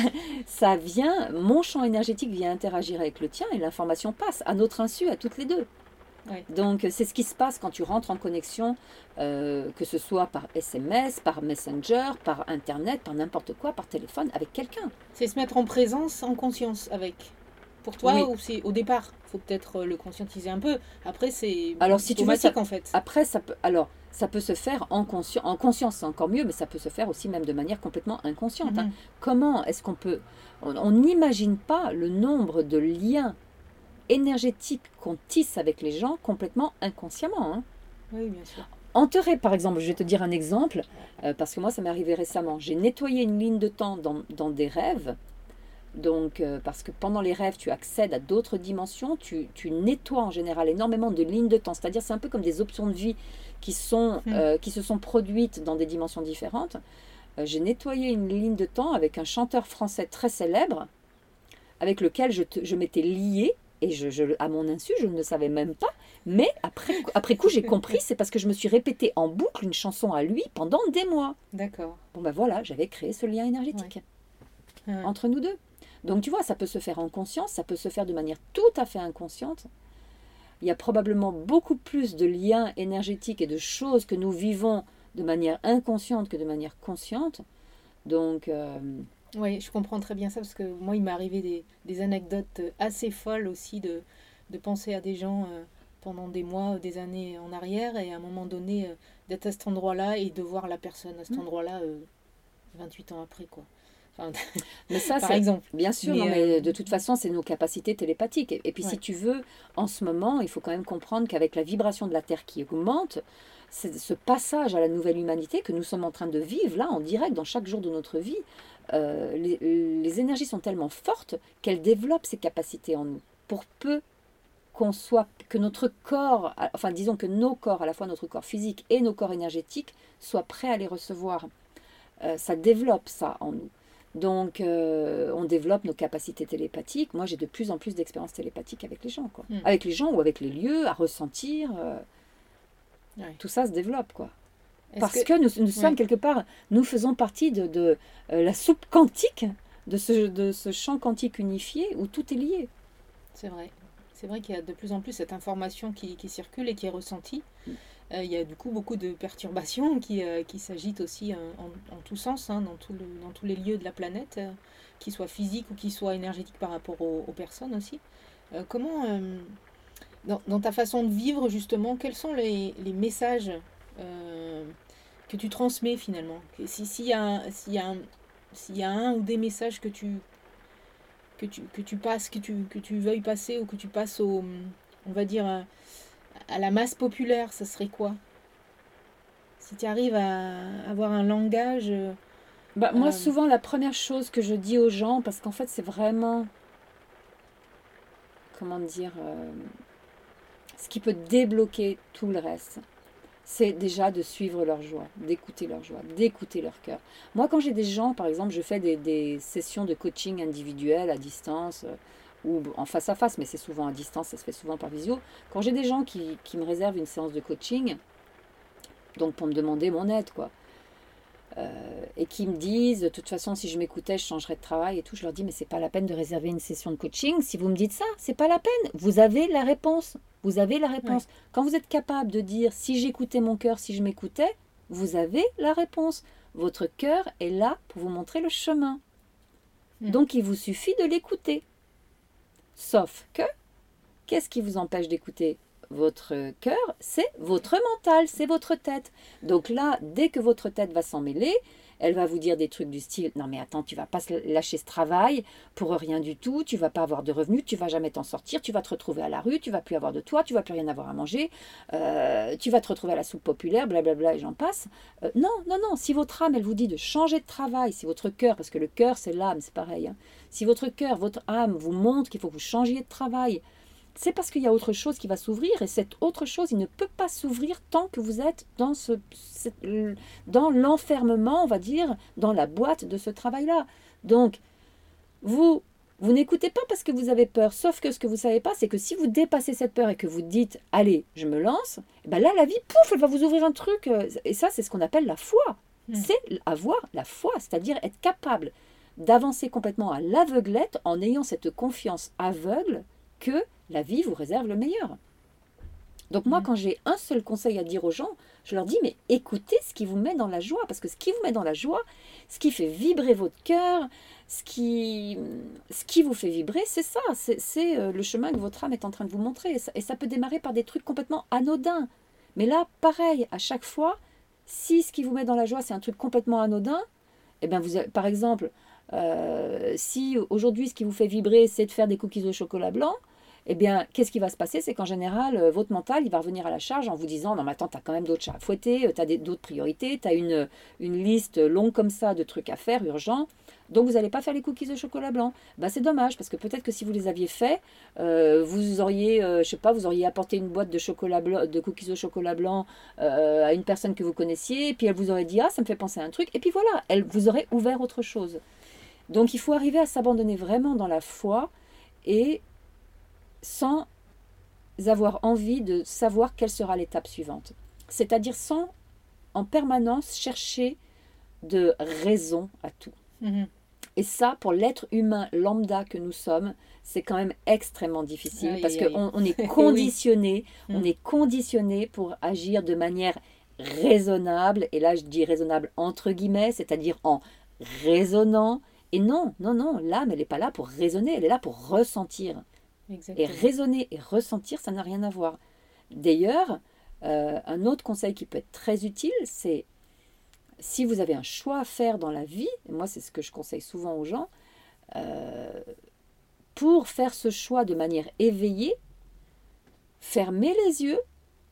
ça vient, mon champ énergétique vient interagir avec le tien et l'information passe à notre insu, à toutes les deux. Ouais. Donc, c'est ce qui se passe quand tu rentres en connexion, que ce soit par SMS, par Messenger, par Internet, par n'importe quoi, par téléphone, avec quelqu'un. C'est se mettre en présence, en conscience avec. Pour toi, Oui. ou c'est au départ, faut peut-être le conscientiser un peu. Après, c'est Alors, si tu veux, automatique en fait. après, ça peut se faire en conscience, c'est encore mieux, mais ça peut se faire aussi même de manière complètement inconsciente. Hein. Mhm. Comment est-ce qu'on peut... On n'imagine pas le nombre de liens énergétiques qu'on tisse avec les gens complètement inconsciemment. Hein. Oui, bien sûr. Enterrer, par exemple, je vais te dire un exemple, parce que moi, ça m'est arrivé récemment. J'ai nettoyé une ligne de temps dans des rêves. Donc, parce que pendant les rêves, tu accèdes à d'autres dimensions, tu nettoies en général énormément de lignes de temps. C'est-à-dire, c'est un peu comme des options de vie qui se sont produites dans des dimensions différentes. J'ai nettoyé une ligne de temps avec un chanteur français très célèbre, avec lequel je m'étais liée, et à mon insu, je ne le savais même pas. Mais après coup, j'ai compris, c'est parce que je me suis répété en boucle une chanson à lui pendant des mois. D'accord. Bon ben voilà, j'avais créé ce lien énergétique entre nous deux. Donc tu vois, ça peut se faire en conscience, ça peut se faire de manière tout à fait inconsciente. Il y a probablement beaucoup plus de liens énergétiques et de choses que nous vivons de manière inconsciente que de manière consciente. Donc, Oui, je comprends très bien ça parce que moi, il m'est arrivé des anecdotes assez folles aussi de penser à des gens pendant des mois, des années en arrière et à un moment donné d'être à cet endroit-là et de voir la personne à cet endroit-là 28 ans après, quoi. Enfin, mais ça, par exemple. bien sûr, Mais, non, mais de toute façon, c'est nos capacités télépathiques. Et puis, ouais. si tu veux, en ce moment, il faut quand même comprendre qu'avec la vibration de la Terre qui augmente, c'est ce passage à la nouvelle humanité que nous sommes en train de vivre là, en direct, dans chaque jour de notre vie. Les énergies sont tellement fortes qu'elles développent ces capacités en nous. Pour peu que notre corps, enfin disons que nos corps, à la fois notre corps physique et nos corps énergétiques, soient prêts à les recevoir. Ça développe ça en nous. Donc, on développe nos capacités télépathiques. Moi, j'ai de plus en plus d'expériences télépathiques avec les gens, quoi. Avec les gens ou avec les lieux, à ressentir. Ouais. Tout ça se développe, quoi. Est-ce Parce que nous sommes quelque part, nous faisons partie de la soupe quantique, de ce champ quantique unifié où tout est lié. C'est vrai. C'est vrai qu'il y a de plus en plus cette information qui circule et qui est ressentie. Il y a du coup beaucoup de perturbations qui s'agitent aussi en tous sens, hein, dans tous les lieux de la planète, qu'ils soient physiques ou qu'ils soient énergétiques par rapport aux personnes aussi. Comment, dans ta façon de vivre justement, quels sont les messages que tu transmets finalement? S'il y a un ou des messages que tu passes, que tu veuilles passer ou que tu passes on va dire, à la masse populaire, ça serait quoi? Si tu arrives à avoir un langage... Moi, souvent, la première chose que je dis aux gens, parce qu'en fait, c'est vraiment, comment dire, ce qui peut débloquer tout le reste, c'est déjà de suivre leur joie, d'écouter leur cœur. Moi, quand j'ai des gens, par exemple, je fais des sessions de coaching individuel à distance, ou en face à face, mais c'est souvent à distance, ça se fait souvent par visio. Quand j'ai des gens qui me réservent une séance de coaching, donc pour me demander mon aide, quoi, et qui me disent, de toute façon, si je m'écoutais, je changerais de travail et tout, je leur dis, mais c'est pas la peine de réserver une session de coaching. Si vous me dites ça, c'est pas la peine. Vous avez la réponse. Vous avez la réponse. Ouais. Quand vous êtes capable de dire, si j'écoutais mon cœur, si je m'écoutais, vous avez la réponse. votre cœur est là pour vous montrer le chemin. Mm. Donc il vous suffit de l'écouter. Sauf que, qu'est-ce qui vous empêche d'écouter votre cœur? C'est votre mental, c'est votre tête. Donc là, dès que votre tête va s'en mêler, elle va vous dire des trucs du style « Non mais attends, tu vas pas lâcher ce travail pour rien du tout, tu vas pas avoir de revenus, tu vas jamais t'en sortir, tu vas te retrouver à la rue, tu vas plus avoir de toit, tu vas plus rien avoir à manger, tu vas te retrouver à la soupe populaire, blablabla et j'en passe. » Non, non, non, si votre âme, elle vous dit de changer de travail, si votre cœur, parce que le cœur c'est l'âme, c'est pareil, hein, si votre cœur, votre âme vous montre qu'il faut que vous changiez de travail, c'est parce qu'il y a autre chose qui va s'ouvrir et cette autre chose, il ne peut pas s'ouvrir tant que vous êtes dans l'enfermement, on va dire, dans la boîte de ce travail-là. Donc, vous n'écoutez pas parce que vous avez peur, sauf que ce que vous ne savez pas, c'est que si vous dépassez cette peur et que vous dites « Allez, je me lance », ben là, la vie, pouf, elle va vous ouvrir un truc. Et ça, c'est ce qu'on appelle la foi. C'est avoir la foi, c'est-à-dire être capable d'avancer complètement à l'aveuglette en ayant cette confiance aveugle que la vie vous réserve le meilleur. Donc moi, quand j'ai un seul conseil à dire aux gens, je leur dis, mais écoutez ce qui vous met dans la joie, parce que ce qui vous met dans la joie, ce qui fait vibrer votre cœur, ce qui vous fait vibrer, c'est ça, c'est le chemin que votre âme est en train de vous montrer. Et ça peut démarrer par des trucs complètement anodins. Mais là, pareil, à chaque fois, si ce qui vous met dans la joie, c'est un truc complètement anodin, eh bien par exemple, si aujourd'hui, ce qui vous fait vibrer, c'est de faire des cookies au chocolat blanc, eh bien, qu'est-ce qui va se passer? C'est qu'en général, votre mental, il va revenir à la charge en vous disant « Non, mais attends, tu as quand même d'autres chats à fouetter, tu as d'autres priorités, tu as une liste longue comme ça de trucs à faire, urgents, donc vous n'allez pas faire les cookies au chocolat blanc. » Ben, c'est dommage, parce que peut-être que si vous les aviez faits, vous auriez, je sais pas, vous auriez apporté une boîte de chocolat blanc, de cookies au chocolat blanc à une personne que vous connaissiez, et puis elle vous aurait dit « Ah, ça me fait penser à un truc », et puis voilà, elle vous aurait ouvert autre chose. Donc, il faut arriver à s'abandonner vraiment dans la foi et sans avoir envie de savoir quelle sera l'étape suivante. C'est-à-dire sans en permanence chercher de raison à tout. Et ça, pour l'être humain lambda que nous sommes, c'est quand même extrêmement difficile parce qu'on est conditionné, on est conditionné pour agir de manière raisonnable, et là je dis raisonnable entre guillemets, c'est-à-dire en raisonnant. Et non, non, non, l'âme, elle n'est pas là pour raisonner, elle est là pour ressentir. Exactement. Et raisonner et ressentir, ça n'a rien à voir. D'ailleurs, un autre conseil qui peut être très utile, c'est si vous avez un choix à faire dans la vie, et moi c'est ce que je conseille souvent aux gens, pour faire ce choix de manière éveillée, fermez les yeux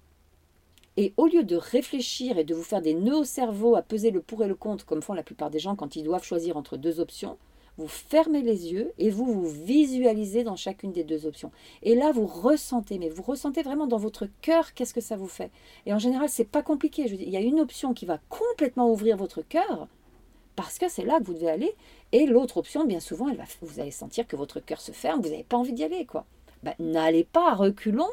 et au lieu de réfléchir et de vous faire des nœuds au cerveau à peser le pour et le contre, comme font la plupart des gens quand ils doivent choisir entre deux options, vous fermez les yeux et vous vous visualisez dans chacune des deux options. Et là, vous ressentez, mais vous ressentez vraiment dans votre cœur qu'est-ce que ça vous fait. Et en général, c'est pas compliqué. Je veux dire, il y a une option qui va complètement ouvrir votre cœur, parce que c'est là que vous devez aller. Et l'autre option, bien souvent, vous allez sentir que votre cœur se ferme, vous n'avez pas envie d'y aller, quoi. Ben, n'allez pas à reculons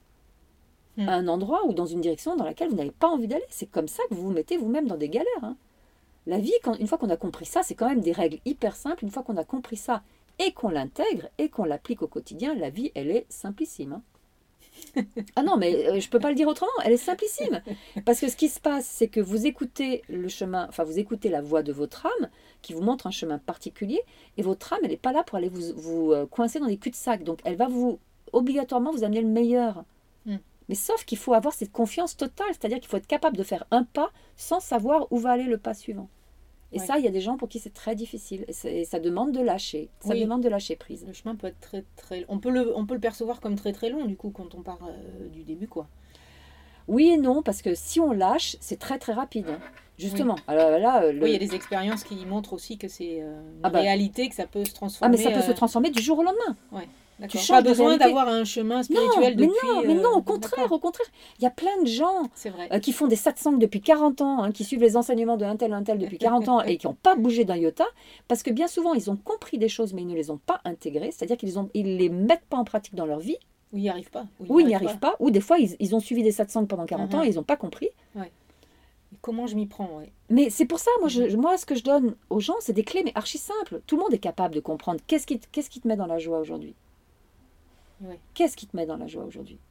à un endroit ou dans une direction dans laquelle vous n'avez pas envie d'aller. C'est comme ça que vous vous mettez vous-même dans des galères, hein. La vie, une fois qu'on a compris ça, c'est quand même des règles hyper simples. Une fois qu'on a compris ça et qu'on l'intègre et qu'on l'applique au quotidien, la vie, elle est simplissime, hein. Ah non, mais je ne peux pas le dire autrement, elle est simplissime. Parce que ce qui se passe, c'est que vous écoutez le chemin, enfin vous écoutez la voix de votre âme qui vous montre un chemin particulier, et votre âme, elle n'est pas là pour aller vous coincer dans des cul-de-sac. Donc elle va obligatoirement vous amener le meilleur. Mais sauf qu'il faut avoir cette confiance totale, c'est-à-dire qu'il faut être capable de faire un pas sans savoir où va aller le pas suivant. Et ça, il y a des gens pour qui c'est très difficile. Et ça demande de lâcher. Ça demande de lâcher prise. Le chemin peut être très, très... On peut le percevoir comme très, très long, du coup, quand on part du début, quoi. Oui et non, parce que si on lâche, c'est très, très rapide. Hein. Justement. Oui. Alors là, oui, il y a des expériences qui montrent aussi que c'est une réalité, que ça peut se transformer. Ah, mais ça peut se transformer du jour au lendemain. Ouais. Tu n'as pas besoin d'avoir un chemin spirituel depuis... Mais non, au contraire. Il y a plein de gens qui font des satsangs depuis 40 ans, hein, qui suivent les enseignements de un tel depuis 40 ans et qui n'ont pas bougé d'un iota, parce que bien souvent, ils ont compris des choses, mais ils ne les ont pas intégrées, c'est-à-dire qu'ils ne les mettent pas en pratique dans leur vie. Ou ils n'y arrivent pas. Ou ils n'y arrivent pas. Ou des fois, ils ont suivi des satsangs pendant 40 ans et ils n'ont pas compris. Ouais. Comment je m'y prends, Mais c'est pour ça, moi, ce que je donne aux gens, c'est des clés, mais archi simples. Tout le monde est capable de comprendre qu'est-ce qui te met dans la joie aujourd'hui. Qu'est-ce qui te met dans la joie aujourd'hui?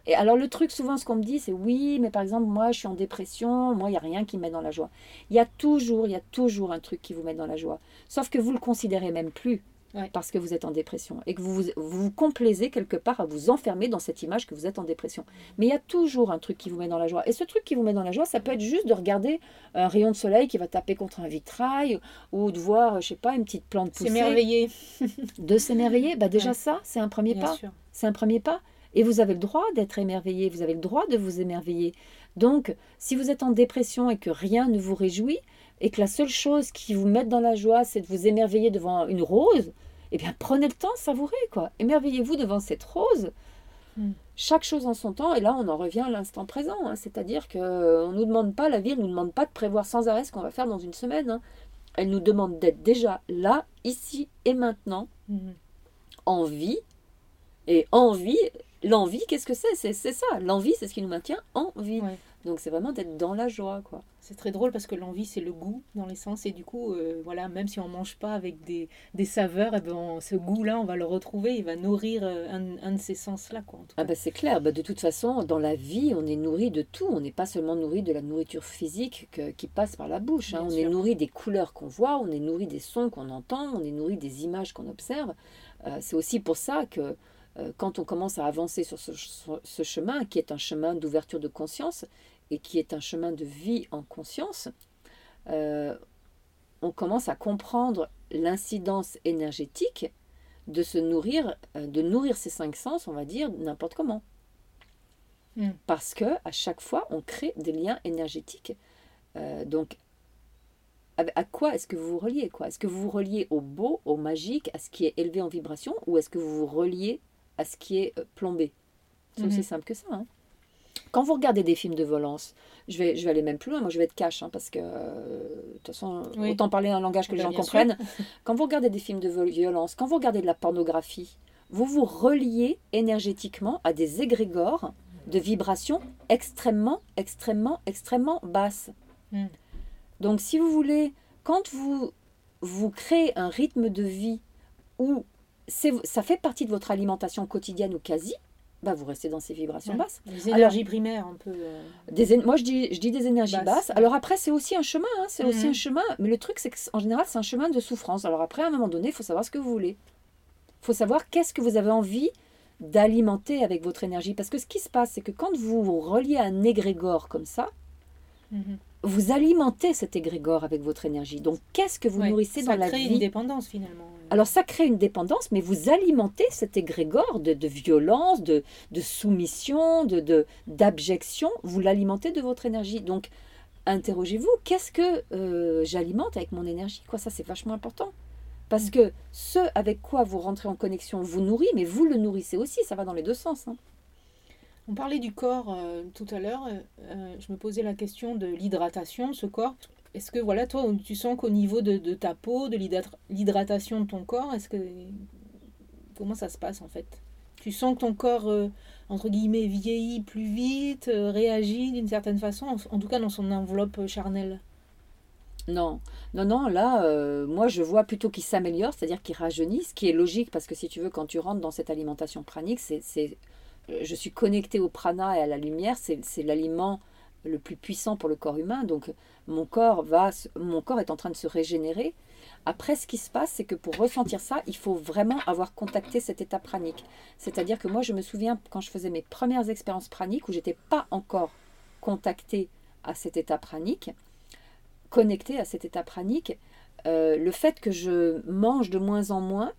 Et alors le truc, souvent, ce qu'on me dit, c'est oui, mais par exemple, moi, je suis en dépression, moi, il n'y a rien qui me met dans la joie. Il y a toujours un truc qui vous met dans la joie. Sauf que vous le considérez même plus Ouais. parce que vous êtes en dépression et que vous complaisez quelque part à vous enfermer dans cette image que vous êtes en dépression. Mais il y a toujours un truc qui vous met dans la joie. Et ce truc qui vous met dans la joie, ça peut être juste de regarder un rayon de soleil qui va taper contre un vitrail ou de voir, je sais pas, une petite plante pousser. S'émerveiller. De s'émerveiller, bah déjà Ouais. ça, c'est un premier Bien pas. sûr. C'est un premier pas. Et vous avez le droit d'être émerveillé, vous avez le droit de vous émerveiller. Donc, si vous êtes en dépression et que rien ne vous réjouit, et que la seule chose qui vous met dans la joie, c'est de vous émerveiller devant une rose, eh bien, prenez le temps, savourez, quoi. Émerveillez-vous devant cette rose. Mm. Chaque chose en son temps, et là, on en revient à l'instant présent. Hein. C'est-à-dire qu'on ne nous demande pas, la vie, elle ne nous demande pas de prévoir sans arrêt ce qu'on va faire dans une semaine. Hein. Elle nous demande d'être déjà là, ici et maintenant, Mhm. en vie. Et envie, l'envie, qu'est-ce que c'est? C'est ça. L'envie, c'est ce qui nous maintient en vie. Ouais. Donc, c'est vraiment d'être dans la joie, quoi. C'est très drôle parce que l'envie, c'est le goût dans l'essence. Et du coup, voilà, même si on mange pas avec des saveurs, eh ben, ce goût-là, on va le retrouver. Il va nourrir un de ces sens-là, quoi, en tout Ah cas. bah c'est clair, bah de toute façon, dans la vie, on est nourri de tout. On n'est pas seulement nourri de la nourriture physique qui passe par la bouche. Hein. Bien On est sûr. nourri des couleurs qu'on voit, on est nourri des sons qu'on entend, on est nourri des images qu'on observe. C'est aussi pour ça que quand on commence à avancer sur ce chemin, qui est un chemin d'ouverture de conscience et qui est un chemin de vie en conscience, euh, on commence à comprendre l'incidence énergétique de se nourrir, de nourrir ces cinq sens, on va dire, n'importe comment. Mm. Parce que à chaque fois, on crée des liens énergétiques. Donc, à quoi est-ce que vous vous reliez, quoi? Est-ce que vous vous reliez au beau, au magique, à ce qui est élevé en vibration, ou est-ce que vous vous reliez à ce qui est plombé? C'est aussi Mhm. simple que ça. Hein. Quand vous regardez des films de violence, je vais aller même plus loin, moi je vais être cash, hein, parce que de toute façon, Oui. autant parler un langage que les Ben, gens bien sûr. comprennent. Quand vous regardez des films de violence, quand vous regardez de la pornographie, vous vous reliez énergétiquement à des égrégores de vibrations extrêmement, extrêmement, extrêmement basses. Mm. Donc si vous voulez, quand vous créez un rythme de vie où ça fait partie de votre alimentation quotidienne ou quasi, bah vous restez dans ces vibrations Ouais. basses. Les énergies primaires, un peu. Moi, je dis des énergies Basses, basses. ouais. Alors après, c'est aussi un chemin. Hein, c'est aussi Mhm. un chemin. Mais le truc, c'est qu'en général, c'est un chemin de souffrance. Alors après, à un moment donné, il faut savoir ce que vous voulez. Il faut savoir qu'est-ce que vous avez envie d'alimenter avec votre énergie. Parce que ce qui se passe, c'est que quand vous vous reliez à un égrégore comme ça, Mhm. vous alimentez cet égrégore avec votre énergie. Donc, qu'est-ce que vous Ouais. nourrissez Ça dans la crée vie? une dépendance, finalement. Alors ça crée une dépendance, mais vous alimentez cet égrégore de violence, de soumission, d'abjection, vous l'alimentez de votre énergie. Donc interrogez-vous, qu'est-ce que j'alimente avec mon énergie, quoi? Ça c'est vachement important. Parce que ce avec quoi vous rentrez en connexion vous nourrit, mais vous le nourrissez aussi, ça va dans les deux sens. Hein. On parlait du corps tout à l'heure. Je me posais la question de l'hydratation de ce corps. Est-ce que, voilà, toi, tu sens qu'au niveau de ta peau, de l'hydratation de ton corps, comment ça se passe en fait? Tu sens que ton corps, entre guillemets, vieillit plus vite, réagit d'une certaine façon, en tout cas dans son enveloppe charnelle? Non, non, non, là, moi je vois plutôt qu'il s'améliore, c'est-à-dire qu'il rajeunit, ce qui est logique parce que si tu veux, quand tu rentres dans cette alimentation pranique, je suis connectée au prana et à la lumière, c'est l'aliment le plus puissant pour le corps humain, donc mon corps est en train de se régénérer. Après, ce qui se passe, c'est que pour ressentir ça, il faut vraiment avoir contacté cet état pranique. C'est-à-dire que moi, je me souviens quand je faisais mes premières expériences praniques, où j'étais pas encore contactée à cet état pranique, connectée à cet état pranique, le fait que je mange de moins en moins,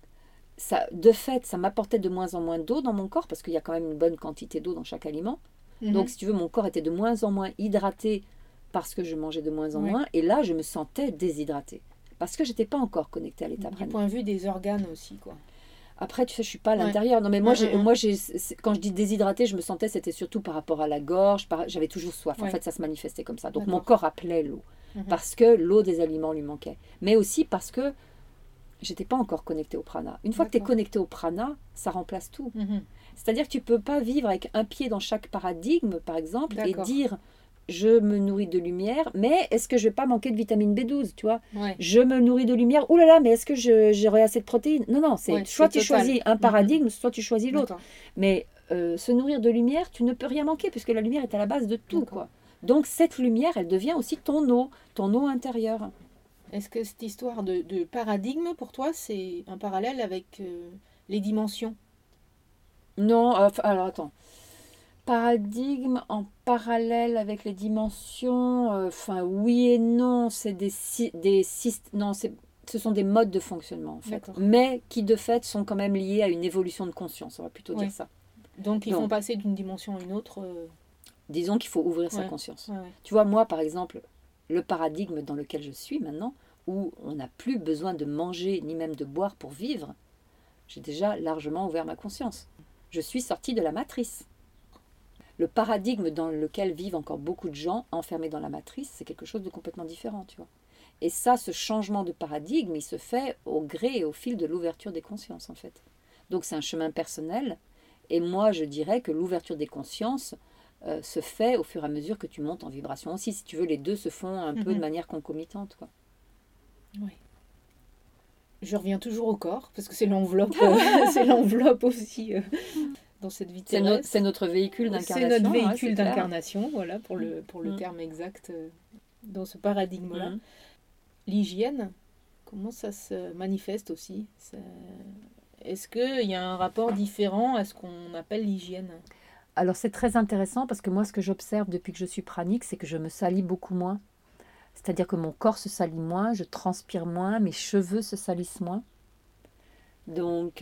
de fait, ça m'apportait de moins en moins d'eau dans mon corps, parce qu'il y a quand même une bonne quantité d'eau dans chaque aliment. Donc, si tu veux, mon corps était de moins en moins hydraté parce que je mangeais de moins en Oui. moins. Et là, je me sentais déshydratée. Parce que je n'étais pas encore connectée à l'état Du pranique. point de vue des organes aussi, quoi. Après, tu sais, je suis pas à Ouais. l'intérieur. Non, mais moi, Mm, mm, mm. quand je dis déshydratée, je me sentais, c'était surtout par rapport à la gorge. J'avais toujours soif. En Ouais. fait, ça se manifestait comme ça. Donc, D'accord. mon corps appelait l'eau. Mhm. Parce que l'eau des aliments lui manquait. Mais aussi parce que j'étais pas encore connectée au prana. Une fois que tu es D'accord. connectée au prana, ça remplace tout. Mhm. C'est-à-dire que tu peux pas vivre avec un pied dans chaque paradigme, par exemple, et D'accord. dire je me nourris de lumière, mais est-ce que je vais pas manquer de vitamine B12, tu vois? Ouais. Je me nourris de lumière, ouh là là, mais est-ce que j'aurai assez de protéines? Non, non, c'est Ouais, soit c'est tu total. choisis un paradigme, soit tu choisis l'autre. D'accord. Mais se nourrir de lumière, tu ne peux rien manquer, puisque la lumière est à la base de tout, quoi. Donc cette lumière, elle devient aussi ton eau intérieure. Est-ce que cette histoire de paradigme, pour toi, c'est un parallèle avec les dimensions? Non, alors attends. Paradigme en parallèle avec les dimensions, enfin oui et non, c'est non, ce sont des modes de fonctionnement en fait, D'accord. mais qui de fait sont quand même liés à une évolution de conscience, on va plutôt Oui. dire ça. Donc, ils Donc, font passer d'une dimension à une autre. disons qu'il faut ouvrir sa Ouais. conscience. Ouais, ouais. Tu vois, moi par exemple, le paradigme dans lequel je suis maintenant, où on n'a plus besoin de manger ni même de boire pour vivre, j'ai déjà largement ouvert ma conscience. Je suis sortie de la matrice. Le paradigme dans lequel vivent encore beaucoup de gens enfermés dans la matrice, c'est quelque chose de complètement différent, tu vois. Et ça, ce changement de paradigme, il se fait au gré et au fil de l'ouverture des consciences, en fait. Donc c'est un chemin personnel. Et moi, je dirais que l'ouverture des consciences se fait au fur et à mesure que tu montes en vibration aussi. Si tu veux, les deux se font un peu de manière concomitante, quoi. Oui. Je reviens toujours au corps, parce que c'est l'enveloppe, c'est l'enveloppe aussi dans cette vie terrestre. C'est notre véhicule d'incarnation. C'est notre véhicule c'est clair. d'incarnation, voilà, pour le terme exact dans ce paradigme-là. L'hygiène, comment ça se manifeste aussi? Est-ce qu'il y a un rapport différent à ce qu'on appelle l'hygiène? Alors c'est très intéressant parce que moi, ce que j'observe depuis que je suis pranique, c'est que je me salis beaucoup moins. C'est-à-dire que mon corps se salit moins, je transpire moins, mes cheveux se salissent moins. Donc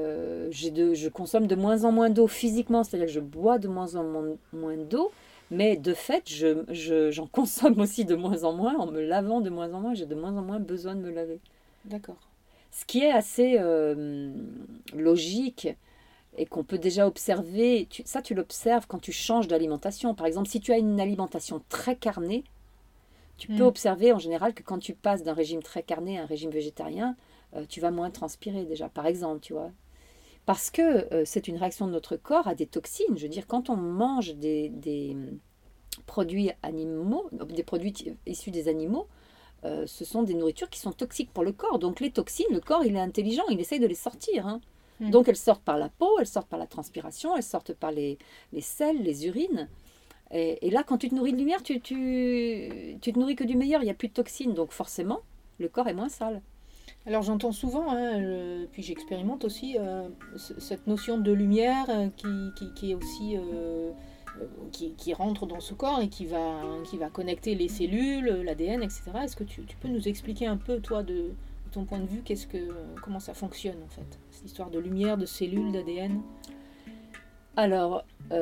je consomme de moins en moins d'eau physiquement, c'est-à-dire que je bois de moins en moins d'eau, mais de fait, j'en consomme aussi de moins en moins, en me lavant de moins en moins, j'ai de moins en moins besoin de me laver. D'accord. Ce qui est assez logique et qu'on peut déjà observer, tu l'observes quand tu changes d'alimentation. Par exemple, si tu as une alimentation très carnée, tu peux observer en général que quand tu passes d'un régime très carné à un régime végétarien, tu vas moins transpirer déjà, par exemple, tu vois. Parce que c'est une réaction de notre corps à des toxines. Je veux dire, quand on mange des produits animaux, des produits issus des animaux, ce sont des nourritures qui sont toxiques pour le corps. Donc les toxines, le corps, il est intelligent, il essaye de les sortir. Hein. Donc elles sortent par la peau, elles sortent par la transpiration, elles sortent par les selles, les urines. Et là, quand tu te nourris de lumière, tu te nourris que du meilleur, il n'y a plus de toxines. Donc forcément, le corps est moins sale. Alors j'entends souvent, puis j'expérimente aussi, cette notion de lumière qui est aussi... qui rentre dans ce corps et qui va connecter les cellules, l'ADN, etc. Est-ce que tu peux nous expliquer un peu, toi, de ton point de vue, comment ça fonctionne, en fait, cette histoire de lumière, de cellules, d'ADN? Alors,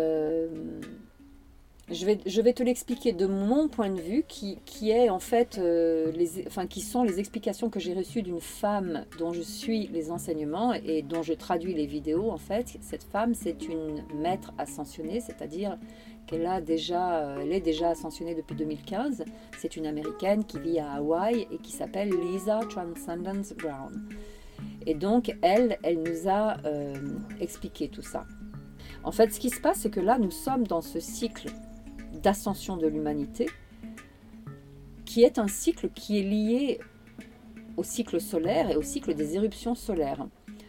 je vais te l'expliquer de mon point de vue, qui est en fait, qui sont les explications que j'ai reçues d'une femme dont je suis les enseignements et dont je traduis les vidéos. En fait, cette femme, c'est une maître ascensionnée, c'est-à-dire qu'elle est déjà ascensionnée depuis 2015. C'est une Américaine qui vit à Hawaï et qui s'appelle Lisa Transcendence Brown. Et donc, elle nous a expliqué tout ça. En fait, ce qui se passe, c'est que là, nous sommes dans ce cycle d'ascension de l'humanité, qui est un cycle qui est lié au cycle solaire et au cycle des éruptions solaires.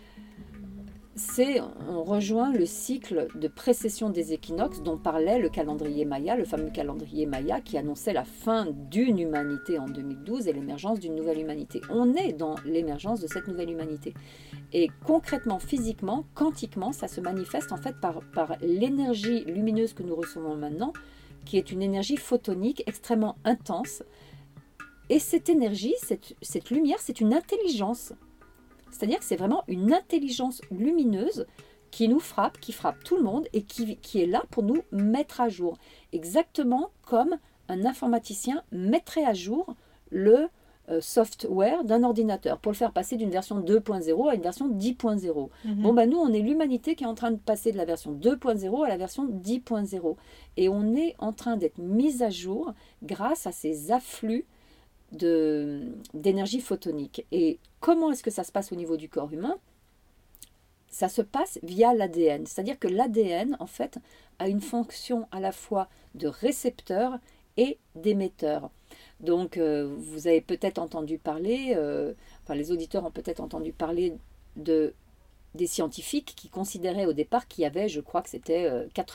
On rejoint le cycle de précession des équinoxes dont parlait le calendrier Maya, le fameux calendrier Maya qui annonçait la fin d'une humanité en 2012 et l'émergence d'une nouvelle humanité. On est dans l'émergence de cette nouvelle humanité. Et concrètement, physiquement, quantiquement, ça se manifeste en fait par l'énergie lumineuse que nous recevons maintenant, qui est une énergie photonique extrêmement intense. Et cette énergie, cette lumière, c'est une intelligence. C'est-à-dire que c'est vraiment une intelligence lumineuse qui nous frappe, qui frappe tout le monde et qui est là pour nous mettre à jour. Exactement comme un informaticien mettrait à jour le software d'un ordinateur pour le faire passer d'une version 2.0 à une version 10.0. Bon, nous, on est l'humanité qui est en train de passer de la version 2.0 à la version 10.0. Et on est en train d'être mis à jour grâce à ces afflux d'énergie photonique. Et comment est-ce que ça se passe au niveau du corps humain? Ça se passe via l'ADN. C'est-à-dire que l'ADN, en fait, a une fonction à la fois de récepteur et d'émetteur. Donc, vous avez peut-être entendu parler, les auditeurs ont peut-être entendu parler de des scientifiques qui considéraient au départ qu'il y avait, je crois que c'était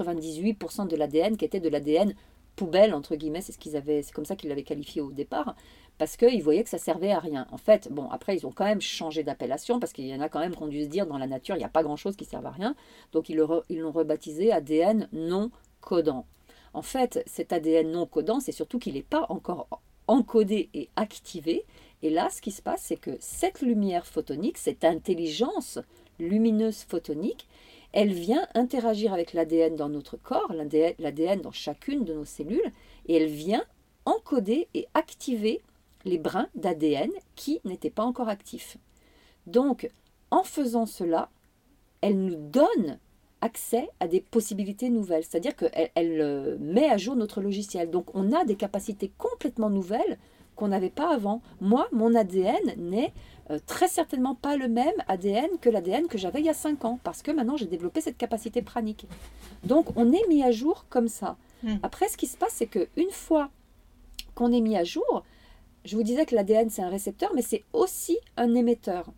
98% de l'ADN qui était de l'ADN poubelle, entre guillemets, c'est comme ça qu'ils l'avaient qualifié au départ, parce qu'ils voyaient que ça servait à rien. En fait, bon, après, ils ont quand même changé d'appellation, parce qu'il y en a quand même qui ont dû se dire, dans la nature, il n'y a pas grand-chose qui serve à rien, donc ils l'ont rebaptisé ADN non codant. En fait, cet ADN non codant, c'est surtout qu'il n'est pas encore encodé et activé, et là, ce qui se passe, c'est que cette lumière photonique, cette intelligence lumineuse photonique, elle vient interagir avec l'ADN dans notre corps, l'ADN dans chacune de nos cellules, et elle vient encoder et activer les brins d'ADN qui n'étaient pas encore actifs. Donc, en faisant cela, elle nous donne accès à des possibilités nouvelles, c'est-à-dire qu'elle met à jour notre logiciel. Donc, on a des capacités complètement nouvelles qu'on n'avait pas avant. Moi, mon ADN n'est très certainement pas le même ADN que l'ADN que j'avais il y a 5 ans, parce que maintenant j'ai développé cette capacité pranique. Donc on est mis à jour comme ça. Après, ce qui se passe, c'est qu'une fois qu'on est mis à jour, je vous disais que l'ADN c'est un récepteur, mais c'est aussi un émetteur.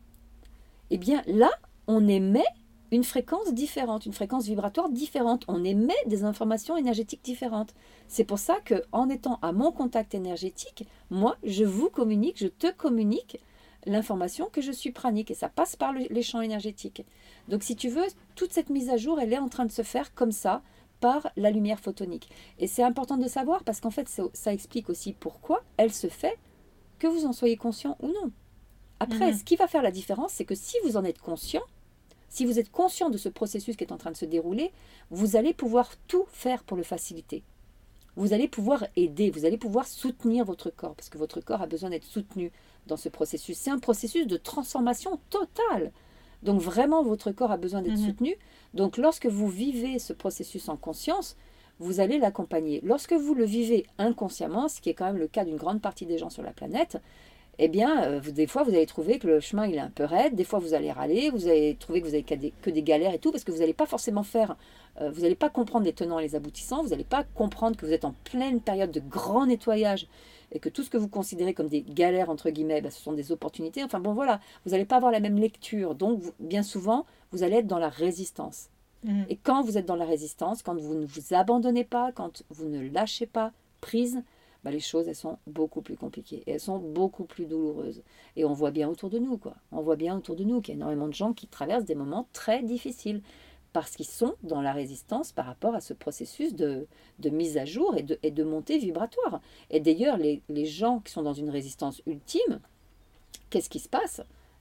Et bien là, on émet une fréquence différente, une fréquence vibratoire différente. On émet des informations énergétiques différentes. C'est pour ça qu'en étant à mon contact énergétique, moi, je vous communique, je te communique l'information que je suis pranique. Et ça passe par les champs énergétiques. Donc si tu veux, toute cette mise à jour, elle est en train de se faire comme ça, par la lumière photonique. Et c'est important de savoir parce qu'en fait, ça explique aussi pourquoi elle se fait, que vous en soyez conscient ou non. Après, ce qui va faire la différence, c'est que si vous en êtes conscient, si vous êtes conscient de ce processus qui est en train de se dérouler, vous allez pouvoir tout faire pour le faciliter. Vous allez pouvoir aider, vous allez pouvoir soutenir votre corps, parce que votre corps a besoin d'être soutenu dans ce processus. C'est un processus de transformation totale. Donc vraiment, votre corps a besoin d'être soutenu. Donc lorsque vous vivez ce processus en conscience, vous allez l'accompagner. Lorsque vous le vivez inconsciemment, ce qui est quand même le cas d'une grande partie des gens sur la planète, eh bien, des fois, vous allez trouver que le chemin, il est un peu raide. Des fois, vous allez râler. Vous allez trouver que vous n'avez que des galères et tout, parce que vous n'allez pas forcément vous n'allez pas comprendre les tenants et les aboutissants. Vous n'allez pas comprendre que vous êtes en pleine période de grand nettoyage et que tout ce que vous considérez comme des galères, entre guillemets, ce sont des opportunités. Enfin bon, voilà, vous n'allez pas avoir la même lecture. Donc, bien souvent, vous allez être dans la résistance. Et quand vous êtes dans la résistance, quand vous ne vous abandonnez pas, quand vous ne lâchez pas prise, les choses, elles sont beaucoup plus compliquées. Et elles sont beaucoup plus douloureuses. Et on voit bien autour de nous, quoi. On voit bien autour de nous qu'il y a énormément de gens qui traversent des moments très difficiles parce qu'ils sont dans la résistance par rapport à ce processus de mise à jour et de montée vibratoire. Et d'ailleurs, les gens qui sont dans une résistance ultime, qu'est-ce qui se passe ?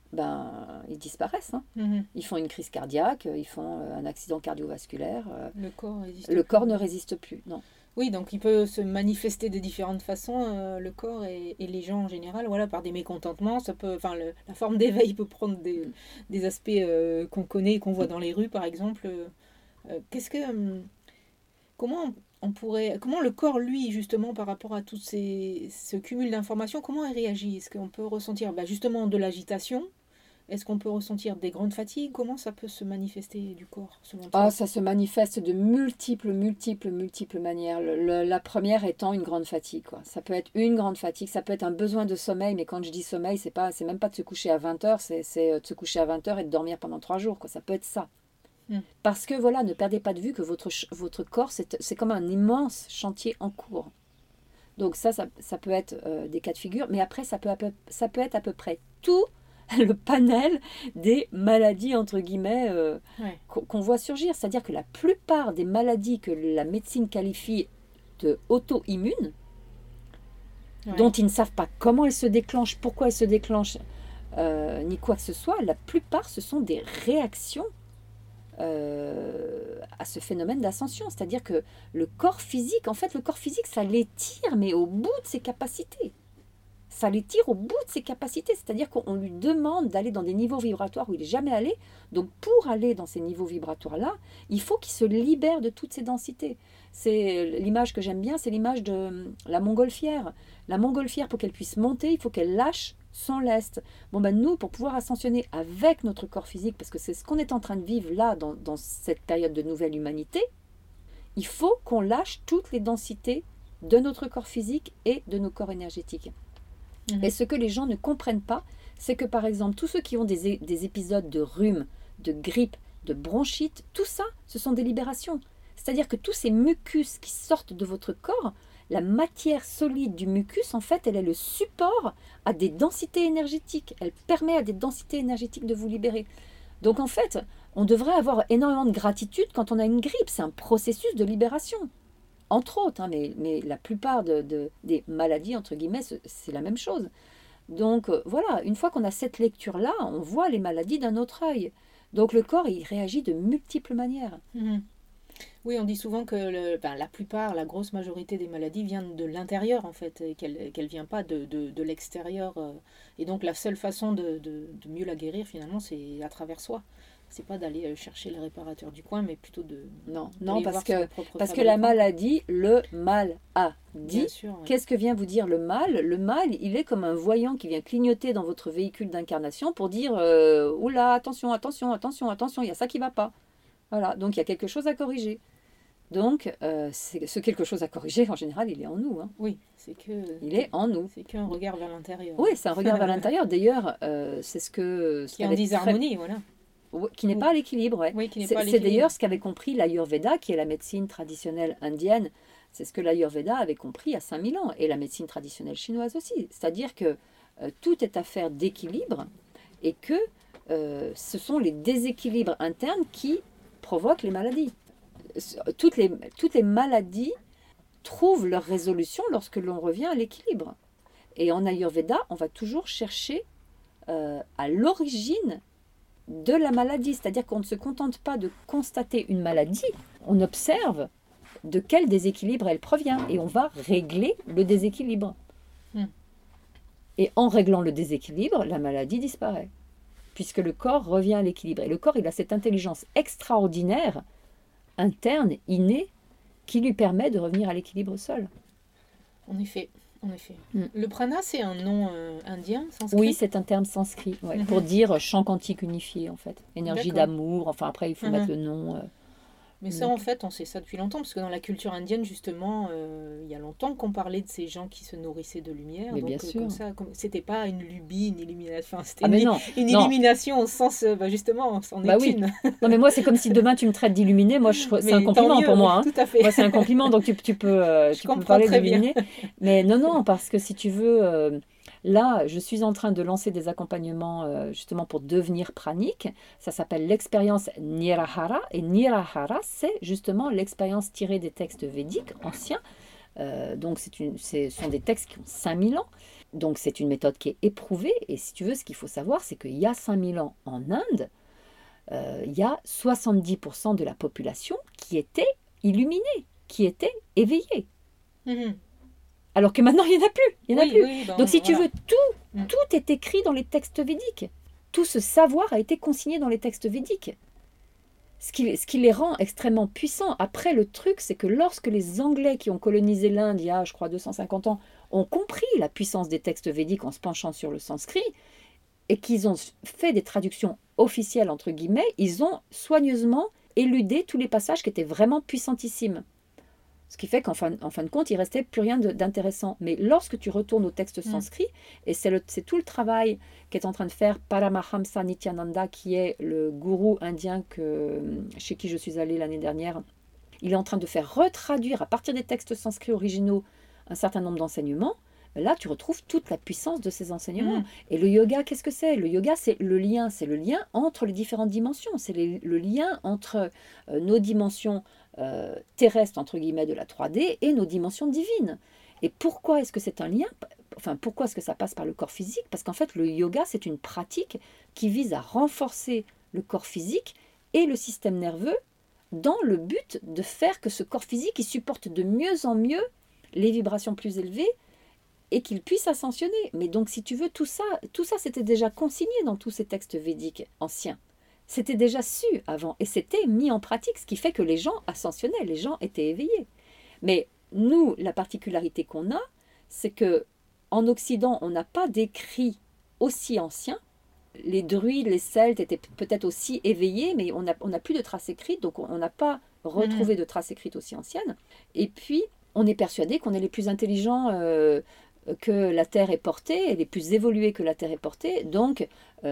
Ils disparaissent. Ils font une crise cardiaque, ils font un accident cardiovasculaire. Le corps ne résiste plus, non. Oui, donc il peut se manifester de différentes façons, le corps et les gens en général, voilà, par des mécontentements. Ça peut, la forme d'éveil peut prendre des aspects qu'on connaît et qu'on voit dans les rues, par exemple. Comment le corps, lui, justement, par rapport à ce cumul d'informations, comment il réagit ? Est-ce qu'on peut ressentir justement de l'agitation ? Est-ce qu'on peut ressentir des grandes fatigues ? Comment ça peut se manifester du corps, selon toi ? Ça se manifeste de multiples manières. La première étant une grande fatigue, quoi. Ça peut être une grande fatigue, ça peut être un besoin de sommeil, mais quand je dis sommeil, c'est même pas de se coucher à 20h, c'est de se coucher à 20h et de dormir pendant 3 jours, quoi. Ça peut être ça. Parce que voilà, ne perdez pas de vue que votre corps, c'est comme un immense chantier en cours. Donc ça peut être des cas de figure, mais après, ça peut être à peu près tout le panel des maladies, entre guillemets, qu'on voit surgir. C'est-à-dire que la plupart des maladies que la médecine qualifie de auto-immunes, dont ils ne savent pas comment elles se déclenchent, pourquoi elles se déclenchent, ni quoi que ce soit, la plupart, ce sont des réactions à ce phénomène d'ascension. C'est-à-dire que le corps physique, ça l'étire, mais au bout de ses capacités. Ça les tire au bout de ses capacités, c'est-à-dire qu'on lui demande d'aller dans des niveaux vibratoires où il n'est jamais allé. Donc pour aller dans ces niveaux vibratoires-là, il faut qu'il se libère de toutes ces densités. C'est l'image que j'aime bien, c'est l'image de la montgolfière. La montgolfière, pour qu'elle puisse monter, il faut qu'elle lâche son lest. Nous, pour pouvoir ascensionner avec notre corps physique, parce que c'est ce qu'on est en train de vivre là, dans cette période de nouvelle humanité, il faut qu'on lâche toutes les densités de notre corps physique et de nos corps énergétiques. Et ce que les gens ne comprennent pas, c'est que par exemple, tous ceux qui ont des épisodes de rhume, de grippe, de bronchite, tout ça, ce sont des libérations. C'est-à-dire que tous ces mucus qui sortent de votre corps, la matière solide du mucus, en fait, elle est le support à des densités énergétiques. Elle permet à des densités énergétiques de vous libérer. Donc en fait, on devrait avoir énormément de gratitude quand on a une grippe. C'est un processus de libération. Entre autres, hein, mais la plupart des maladies, entre guillemets, c'est la même chose. Donc voilà, une fois qu'on a cette lecture-là, on voit les maladies d'un autre œil. Donc le corps, il réagit de multiples manières. Oui, on dit souvent que la plupart, la grosse majorité des maladies viennent de l'intérieur en fait, et qu'elle ne vient pas de l'extérieur. Et donc la seule façon de mieux la guérir finalement, c'est à travers soi. C'est pas d'aller chercher le réparateur du coin, mais plutôt Non, d'aller parce voir que, son propre parce que la fabricant. maladie, le mal a dit. Bien sûr, oui. Qu'est-ce que vient vous dire le mal? Le mal, il est comme un voyant qui vient clignoter dans votre véhicule d'incarnation pour dire oula, attention, attention, attention, attention, il y a ça qui ne va pas. Voilà, donc il y a quelque chose à corriger. Donc, ce quelque chose à corriger, en général, il est en nous. Hein. Oui, Il est en nous. c'est qu'un regard vers l'intérieur. Oui, c'est un regard vers l'intérieur. D'ailleurs, c'est ce Qui est en qu'avait disharmonie, voilà. qui n'est pas à l'équilibre. Ouais. Oui, qui n'est C'est pas à c'est l'équilibre. d'ailleurs ce qu'avait compris l'Ayurveda, qui est la médecine traditionnelle indienne. C'est ce que l'Ayurveda avait compris à 5000 ans, et la médecine traditionnelle chinoise aussi. C'est-à-dire que tout est affaire d'équilibre, et que ce sont les déséquilibres internes qui provoquent les maladies. Toutes les maladies trouvent leur résolution lorsque l'on revient à l'équilibre. Et en Ayurveda, on va toujours chercher à l'origine de la maladie. C'est-à-dire qu'on ne se contente pas de constater une maladie, on observe de quel déséquilibre elle provient et on va régler le déséquilibre. Et en réglant le déséquilibre, la maladie disparaît, puisque le corps revient à l'équilibre. Et le corps, il a cette intelligence extraordinaire, interne, innée, qui lui permet de revenir à l'équilibre seul. En effet, en effet. Le prana, c'est un nom indien, sanskrit? Oui, c'est un terme sanskrit, pour dire champ quantique unifié, en fait. Énergie D'accord. d'amour, enfin après, il faut mettre le nom. Mais ça, en fait, on sait ça depuis longtemps, parce que dans la culture indienne, justement, il y a longtemps qu'on parlait de ces gens qui se nourrissaient de lumière. Mais donc, bien sûr. comme ça, c'était pas une lubie, une illumination. Enfin, c'était Ah mais non, une non. illumination au sens, justement, c'en Bah est oui. une. Non mais moi c'est comme si demain tu me traites d'illuminé, moi c'est Mais un tant compliment mieux, pour moi. Hein. tout à fait. Moi c'est un compliment, donc tu peux, tu peux comprends parler très bien. d'illuminé. Mais non, parce que si tu veux, là je suis en train de lancer des accompagnements justement pour devenir pranique. Ça s'appelle l'expérience Nirahara, et Nirahara c'est justement l'expérience tirée des textes védiques anciens. Donc ce sont des textes qui ont 5000 ans. Donc c'est une méthode qui est éprouvée, et si tu veux, ce qu'il faut savoir, c'est qu'il y a 5000 ans en Inde, il y a 70% de la population qui était illuminée, qui était éveillée. Alors que maintenant, il n'y en a plus. Il y en a plus. Oui, Donc si tu voilà. veux, tout est écrit dans les textes védiques. Tout ce savoir a été consigné dans les textes védiques. Ce qui les rend extrêmement puissants. Après, le truc, c'est que lorsque les Anglais qui ont colonisé l'Inde il y a, je crois, 250 ans, ont compris la puissance des textes védiques en se penchant sur le sanskrit, et qu'ils ont fait des traductions officielles, entre guillemets, ils ont soigneusement éludé tous les passages qui étaient vraiment puissantissimes. Ce qui fait qu'en fin de compte, il ne restait plus rien d'intéressant. Mais lorsque tu retournes au texte sanskrit, et c'est tout le travail qu'est en train de faire Paramahamsa Nityananda, qui est le gourou indien chez qui je suis allée l'année dernière, il est en train de faire retraduire à partir des textes sanskrits originaux un certain nombre d'enseignements. Là, tu retrouves toute la puissance de ces enseignements. Et le yoga, qu'est-ce que c'est? Le yoga, c'est le lien entre les différentes dimensions. C'est le lien entre nos dimensions terrestres, entre guillemets, de la 3D et nos dimensions divines. Et pourquoi est-ce que c'est un lien? Enfin, pourquoi est-ce que ça passe par le corps physique? Parce qu'en fait, le yoga, c'est une pratique qui vise à renforcer le corps physique et le système nerveux dans le but de faire que ce corps physique il supporte de mieux en mieux les vibrations plus élevées et qu'il puisse ascensionner. Mais donc, si tu veux, tout ça c'était déjà consigné dans tous ces textes védiques anciens. C'était déjà su avant et c'était mis en pratique, ce qui fait que les gens ascensionnaient, les gens étaient éveillés. Mais nous, la particularité qu'on a, c'est que en Occident, on n'a pas d'écrits aussi anciens. Les druides, les celtes étaient peut-être aussi éveillés, mais on n'a plus de traces écrites, donc on n'a pas retrouvé de traces écrites aussi anciennes. Et puis, on est persuadé qu'on est les plus intelligents que la Terre est portée, elle est plus évoluée que la Terre est portée, donc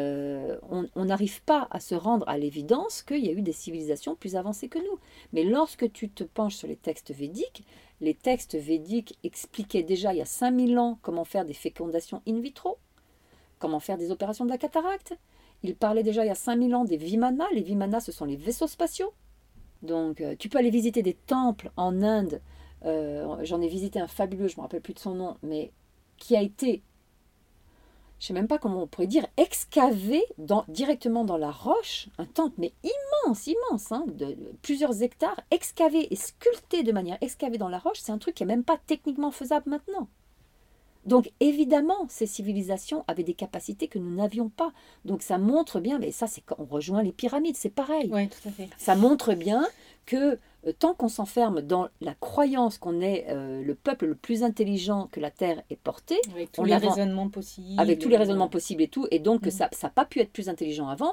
on n'arrive pas à se rendre à l'évidence qu'il y a eu des civilisations plus avancées que nous. Mais lorsque tu te penches sur les textes védiques expliquaient déjà il y a 5000 ans comment faire des fécondations in vitro, comment faire des opérations de la cataracte. Ils parlaient déjà il y a 5000 ans des vimanas. Les vimanas, ce sont les vaisseaux spatiaux. Donc tu peux aller visiter des temples en Inde. J'en ai visité un fabuleux, je ne me rappelle plus de son nom, mais qui a été, je ne sais même pas comment on pourrait dire, excavé directement dans la roche, un temple, mais immense, hein, de plusieurs hectares, excavé et sculpté de manière excavée dans la roche, c'est un truc qui n'est même pas techniquement faisable maintenant. Donc évidemment, ces civilisations avaient des capacités que nous n'avions pas. Donc ça montre bien, mais ça c'est quand on rejoint les pyramides, c'est pareil. Oui, tout à fait. Ça montre bien que tant qu'on s'enferme dans la croyance qu'on est le peuple le plus intelligent que la Terre ait porté, avec tous les raisonnements possibles. Avec tous les raisonnements possibles et tout, et donc que ça n'a pas pu être plus intelligent avant,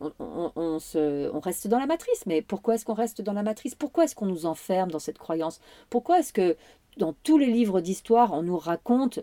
on reste dans la matrice. Mais pourquoi est-ce qu'on reste dans la matrice? Pourquoi est-ce qu'on nous enferme dans cette croyance? Pourquoi est-ce que dans tous les livres d'histoire, on nous raconte,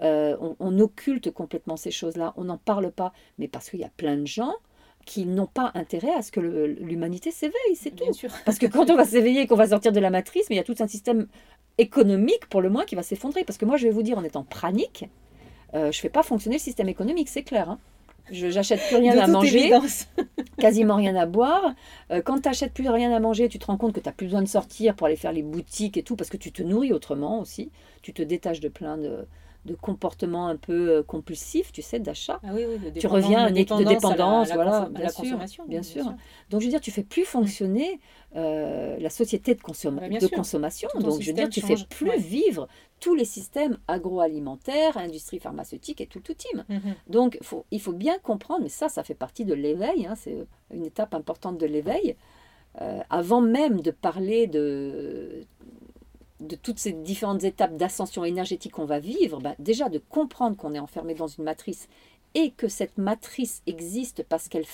on occulte complètement ces choses-là, on n'en parle pas? Mais parce qu'il y a plein de gens qui n'ont pas intérêt à ce que l'humanité s'éveille, c'est tout. Bien sûr. Parce que quand on va s'éveiller et qu'on va sortir de la matrice, mais il y a tout un système économique, pour le moins, qui va s'effondrer. Parce que moi, je vais vous dire, en étant pranique, je ne fais pas fonctionner le système économique, c'est clair. Hein. J'achète plus rien à manger, quasiment rien à boire. Quand tu n'achètes plus rien à manger, tu te rends compte que tu n'as plus besoin de sortir pour aller faire les boutiques et tout, parce que tu te nourris autrement aussi. Tu te détaches de plein de comportements un peu compulsifs, tu sais, d'achat. Ah oui, tu reviens à un état de dépendance, voilà, bien sûr, consommation. Bien sûr. Donc je veux dire, tu fais plus fonctionner la société de consommation. Donc je veux dire, tu fais plus vivre tous les systèmes agroalimentaires, industrie pharmaceutique et tout le team. Donc il faut bien comprendre, mais ça fait partie de l'éveil, hein, c'est une étape importante de l'éveil. Avant même de parler de toutes ces différentes étapes d'ascension énergétique qu'on va vivre, déjà de comprendre qu'on est enfermé dans une matrice et que cette matrice existe parce elle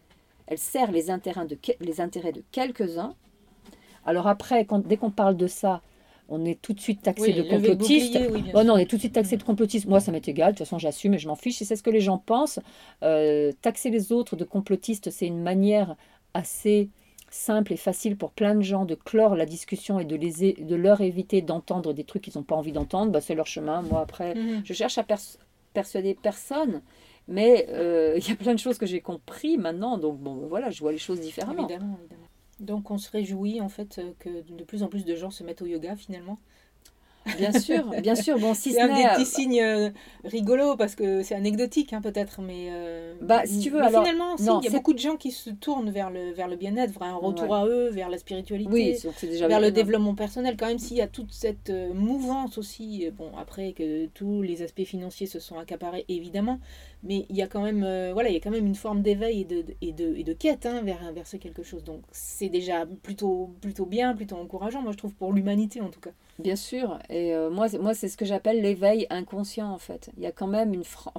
sert les intérêts de quelques-uns. Alors après, dès qu'on parle de ça, on est tout de suite taxé de complotiste. Non, on est tout de suite taxé de complotiste. Moi, ça m'est égal, de toute façon, j'assume et je m'en fiche. Si c'est ce que les gens pensent, taxer les autres de complotistes, c'est une manière assez simple et facile pour plein de gens de clore la discussion et de leur éviter d'entendre des trucs qu'ils n'ont pas envie d'entendre. C'est leur chemin. Moi, après, je cherche à persuader personne. Mais il y a plein de choses que j'ai compris maintenant. Donc, voilà, je vois les choses différemment. Évidemment. Donc, on se réjouit, en fait, que de plus en plus de gens se mettent au yoga, finalement. Bien sûr. Bon, si c'est un des petits signes rigolos parce que c'est anecdotique peut-être, mais si tu veux, mais alors finalement, il y a beaucoup de gens qui se tournent vers le bien-être, vers un retour à eux, vers la spiritualité, vers le développement personnel. Quand même, s'il y a toute cette mouvance aussi, après que tous les aspects financiers se sont accaparés évidemment, mais il y a quand même il y a quand même une forme d'éveil et de quête vers ce quelque chose. Donc c'est déjà plutôt bien, plutôt encourageant, moi je trouve, pour l'humanité en tout cas. Bien sûr, et moi c'est ce que j'appelle l'éveil inconscient en fait. Il y a quand même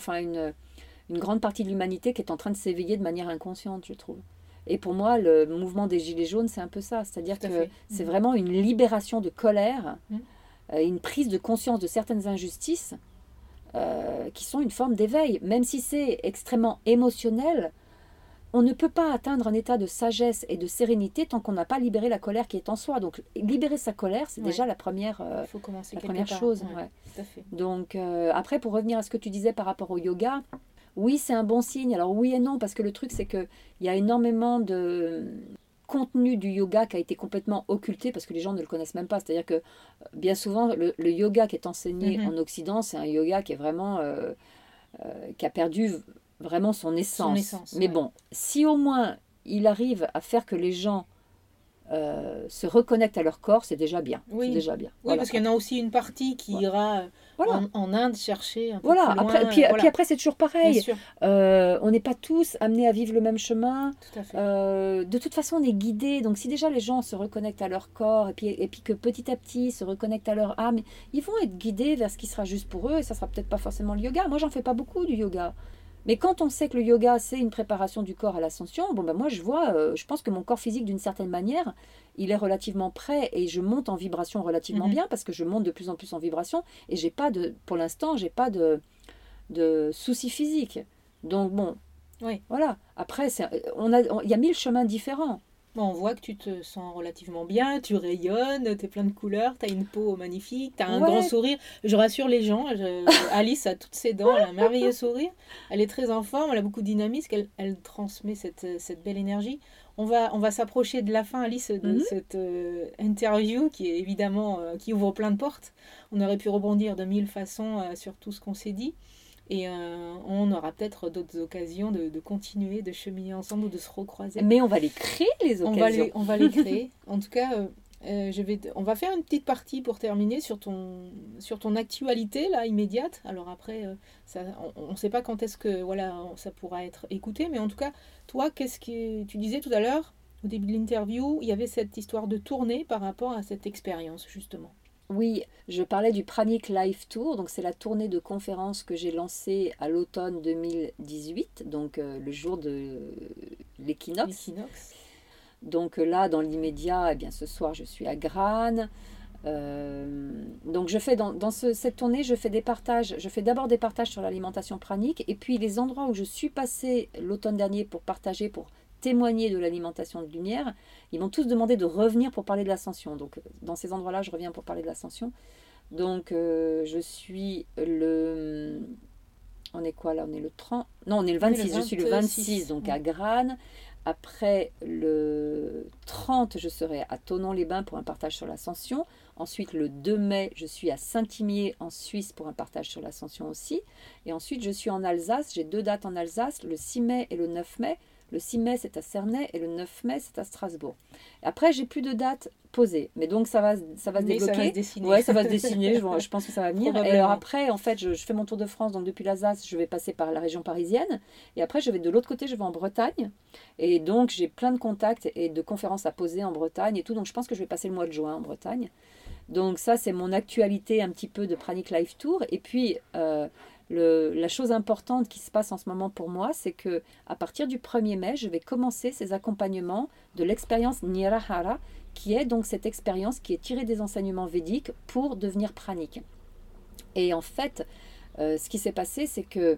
une grande partie de l'humanité qui est en train de s'éveiller de manière inconsciente, je trouve. Et pour moi, le mouvement des Gilets jaunes, c'est un peu ça. C'est-à-dire que c'est vraiment une libération de colère, une prise de conscience de certaines injustices qui sont une forme d'éveil. Même si c'est extrêmement émotionnel, on ne peut pas atteindre un état de sagesse et de sérénité tant qu'on n'a pas libéré la colère qui est en soi. Donc, libérer sa colère, c'est déjà la première chose. Tout à fait. Donc, après, pour revenir à ce que tu disais par rapport au yoga, oui, c'est un bon signe. Alors, oui et non, parce que le truc, c'est qu'il y a énormément de contenu du yoga qui a été complètement occulté parce que les gens ne le connaissent même pas. C'est-à-dire que, bien souvent, le yoga qui est enseigné en Occident, c'est un yoga qui est vraiment... qui a perdu... vraiment son essence. Mais bon, si au moins il arrive à faire que les gens se reconnectent à leur corps, c'est déjà bien. Oui, c'est déjà bien. Oui, parce qu'il y en a aussi une partie qui ira en Inde chercher un peu plus loin. Puis après, c'est toujours pareil. On n'est pas tous amenés à vivre le même chemin. Tout à fait. De toute façon, on est guidés. Donc, si déjà les gens se reconnectent à leur corps et puis que petit à petit se reconnectent à leur âme, ils vont être guidés vers ce qui sera juste pour eux. Et ça sera peut-être pas forcément le yoga. Moi, j'en fais pas beaucoup du yoga. Mais quand on sait que le yoga, c'est une préparation du corps à l'ascension, bon ben moi je vois, je pense que mon corps physique d'une certaine manière, il est relativement prêt et je monte en vibration relativement Mhm. bien parce que je monte de plus en plus en vibration et j'ai pas de, pour l'instant, j'ai pas de soucis physiques. Donc bon, Oui. voilà. Après, il y a 1000 chemins différents. Bon, on voit que tu te sens relativement bien, tu rayonnes, tu es plein de couleurs, tu as une peau magnifique, tu as un grand Ouais, sourire. Je rassure les gens, Alice a toutes ses dents, elle a un merveilleux sourire. Elle est très en forme, elle a beaucoup de dynamisme, elle transmet cette belle énergie. On va s'approcher de la fin, Alice, de mhm. cette interview qui est évidemment qui ouvre plein de portes. On aurait pu rebondir de mille façons sur tout ce qu'on s'est dit. Et on aura peut-être d'autres occasions de continuer, de cheminer ensemble ou de se recroiser. Mais on va les créer les On va occasions. les, on va les créer. En tout cas, on va faire une petite partie pour terminer sur ton actualité là immédiate. Alors après, on ne sait pas quand est-ce que voilà, ça pourra être écouté, mais en tout cas, toi, qu'est-ce que tu disais tout à l'heure au début de l'interview, il y avait cette histoire de tournée par rapport à cette expérience justement. Oui, je parlais du Pranic Live Tour, donc c'est la tournée de conférences que j'ai lancée à l'automne 2018, donc le jour de l'équinoxe. L'équinoxe. Donc là, dans l'immédiat, eh bien, ce soir, je suis à Grane. Donc je fais cette tournée, je fais des partages. Je fais d'abord des partages sur l'alimentation pranique, et puis les endroits où je suis passée l'automne dernier pour partager, pour témoigner de l'alimentation de lumière, ils m'ont tous demandé de revenir pour parler de l'ascension. Donc dans ces endroits-là, je reviens pour parler de l'ascension. Donc je suis le... On est quoi là? On est le 30? Non, on est le On est le 26. Je suis le 26, 26. donc Ouais. à Grane. Après le 30, je serai à Thonon-les-Bains pour un partage sur l'ascension. Ensuite, le 2 mai, je suis à Saint-Imier en Suisse pour un partage sur l'ascension aussi. Et ensuite, je suis en Alsace. J'ai 2 dates en Alsace, le 6 mai et le 9 mai. Le 6 mai, c'est à Cernay et le 9 mai, c'est à Strasbourg. Après, j'ai plus de dates posées. Mais donc, ça va se Mais ça va se débloquer. dessiner. Ouais, ça va se dessiner. Je pense que ça va venir. Et alors Probablement. après, en fait, je fais mon tour de France. Donc, depuis l'Alsace, je vais passer par la région parisienne. Et après, je vais de l'autre côté, je vais en Bretagne. Et donc, j'ai plein de contacts et de conférences à poser en Bretagne et tout. Donc, je pense que je vais passer le mois de juin en Bretagne. Donc, ça, c'est mon actualité un petit peu de Pranic Life Tour. Et puis, la chose importante qui se passe en ce moment pour moi, c'est que à partir du 1er mai, je vais commencer ces accompagnements de l'expérience Nirahara, qui est donc cette expérience qui est tirée des enseignements védiques pour devenir pranique. Et en fait, ce qui s'est passé, c'est que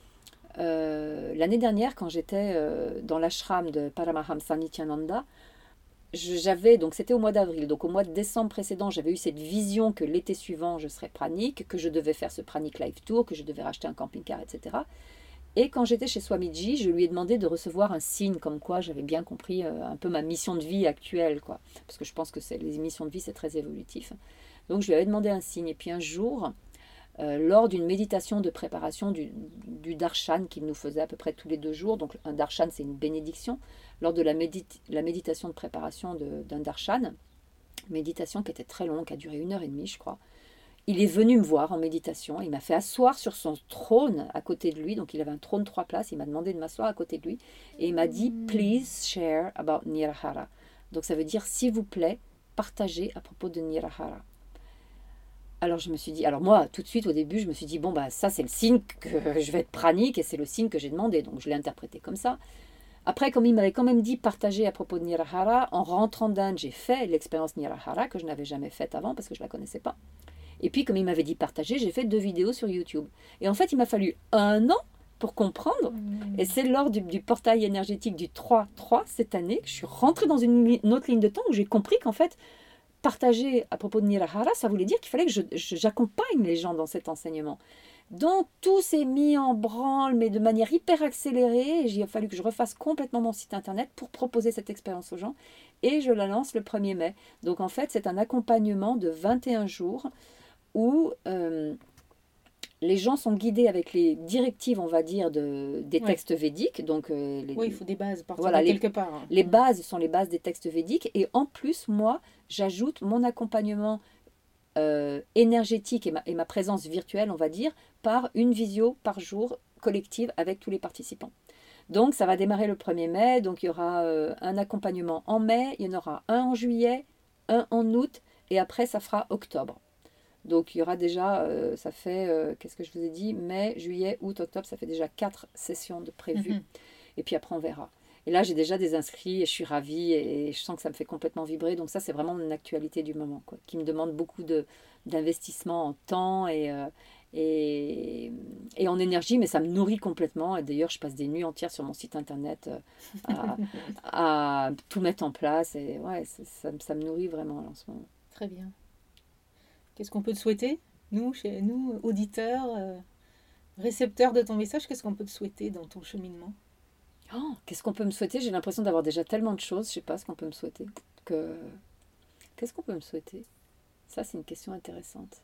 l'année dernière, quand j'étais dans l'ashram de Paramahamsa Nityananda, donc c'était au mois d'avril, donc au mois de décembre précédent, j'avais eu cette vision que l'été suivant, je serais pranique, que je devais faire ce pranic life tour, que je devais racheter un camping-car, etc. Et quand j'étais chez Swamiji, je lui ai demandé de recevoir un signe comme quoi j'avais bien compris un peu ma mission de vie actuelle, quoi. Parce que je pense que les missions de vie, c'est très évolutif. Donc je lui avais demandé un signe. Et puis un jour, lors d'une méditation de préparation du darshan qu'il nous faisait à peu près tous les 2 jours. Donc un darshan, c'est une bénédiction. Lors de la méditation de préparation d'un darshan, méditation qui était très longue, qui a duré 1 heure et demie, je crois, il est venu me voir en méditation. Il m'a fait asseoir sur son trône à côté de lui. Donc il avait un trône 3 places. Il m'a demandé de m'asseoir à côté de lui. Et il m'a dit « Please share about Nirahara ». Donc ça veut dire « S'il vous plaît, partagez à propos de Nirahara ». Alors je me suis dit, alors moi tout de suite au début je me suis dit bon bah ça c'est le signe que je vais être pranique et c'est le signe que j'ai demandé, donc je l'ai interprété comme ça. Après comme il m'avait quand même dit partager à propos de Nirahara, en rentrant d'Inde j'ai fait l'expérience Nirahara que je n'avais jamais faite avant parce que je ne la connaissais pas. Et puis comme il m'avait dit partager, j'ai fait 2 vidéos sur YouTube. Et en fait il m'a fallu 1 an pour comprendre, et c'est lors du portail énergétique du 3-3 cette année que je suis rentrée dans une autre ligne de temps où j'ai compris qu'en fait partager à propos de Nirahara, ça voulait dire qu'il fallait que j'accompagne les gens dans cet enseignement. Donc tout s'est mis en branle, mais de manière hyper accélérée. Il a fallu que je refasse complètement mon site internet pour proposer cette expérience aux gens. Et je la lance le 1er mai. Donc en fait, c'est un accompagnement de 21 jours où les gens sont guidés avec les directives, on va dire, des Ouais. textes védiques. Donc, Oui, il faut des bases, partir voilà, de quelque part. Hein. les bases sont les bases des textes védiques. Et en plus, moi, j'ajoute mon accompagnement énergétique et ma présence virtuelle, on va dire, par une visio par jour collective avec tous les participants. Donc, ça va démarrer le 1er mai. Donc, il y aura un accompagnement en mai, il y en aura un en juillet, un en août, et après, ça fera octobre. Donc il y aura déjà, ça fait, qu'est-ce que je vous ai dit, mai, juillet, août, octobre, ça fait déjà 4 sessions de prévues. Mhm. Et puis après, on verra. Et là, j'ai déjà des inscrits et je suis ravie et je sens que ça me fait complètement vibrer. Donc ça, c'est vraiment une actualité du moment, quoi, qui me demande beaucoup d'investissement en temps et, et en énergie, mais ça me nourrit complètement. Et d'ailleurs, je passe des nuits entières sur mon site internet à tout mettre en place. Et ouais, ça me nourrit vraiment là, en ce moment. Très bien. Qu'est-ce qu'on peut te souhaiter? Nous, chez nous, auditeurs, récepteurs de ton message, qu'est-ce qu'on peut te souhaiter dans ton cheminement? Oh, qu'est-ce qu'on peut me souhaiter? J'ai l'impression d'avoir déjà tellement de choses. Je sais pas ce qu'on peut me souhaiter. Que... Qu'est-ce qu'on peut me souhaiter? Ça, c'est une question intéressante.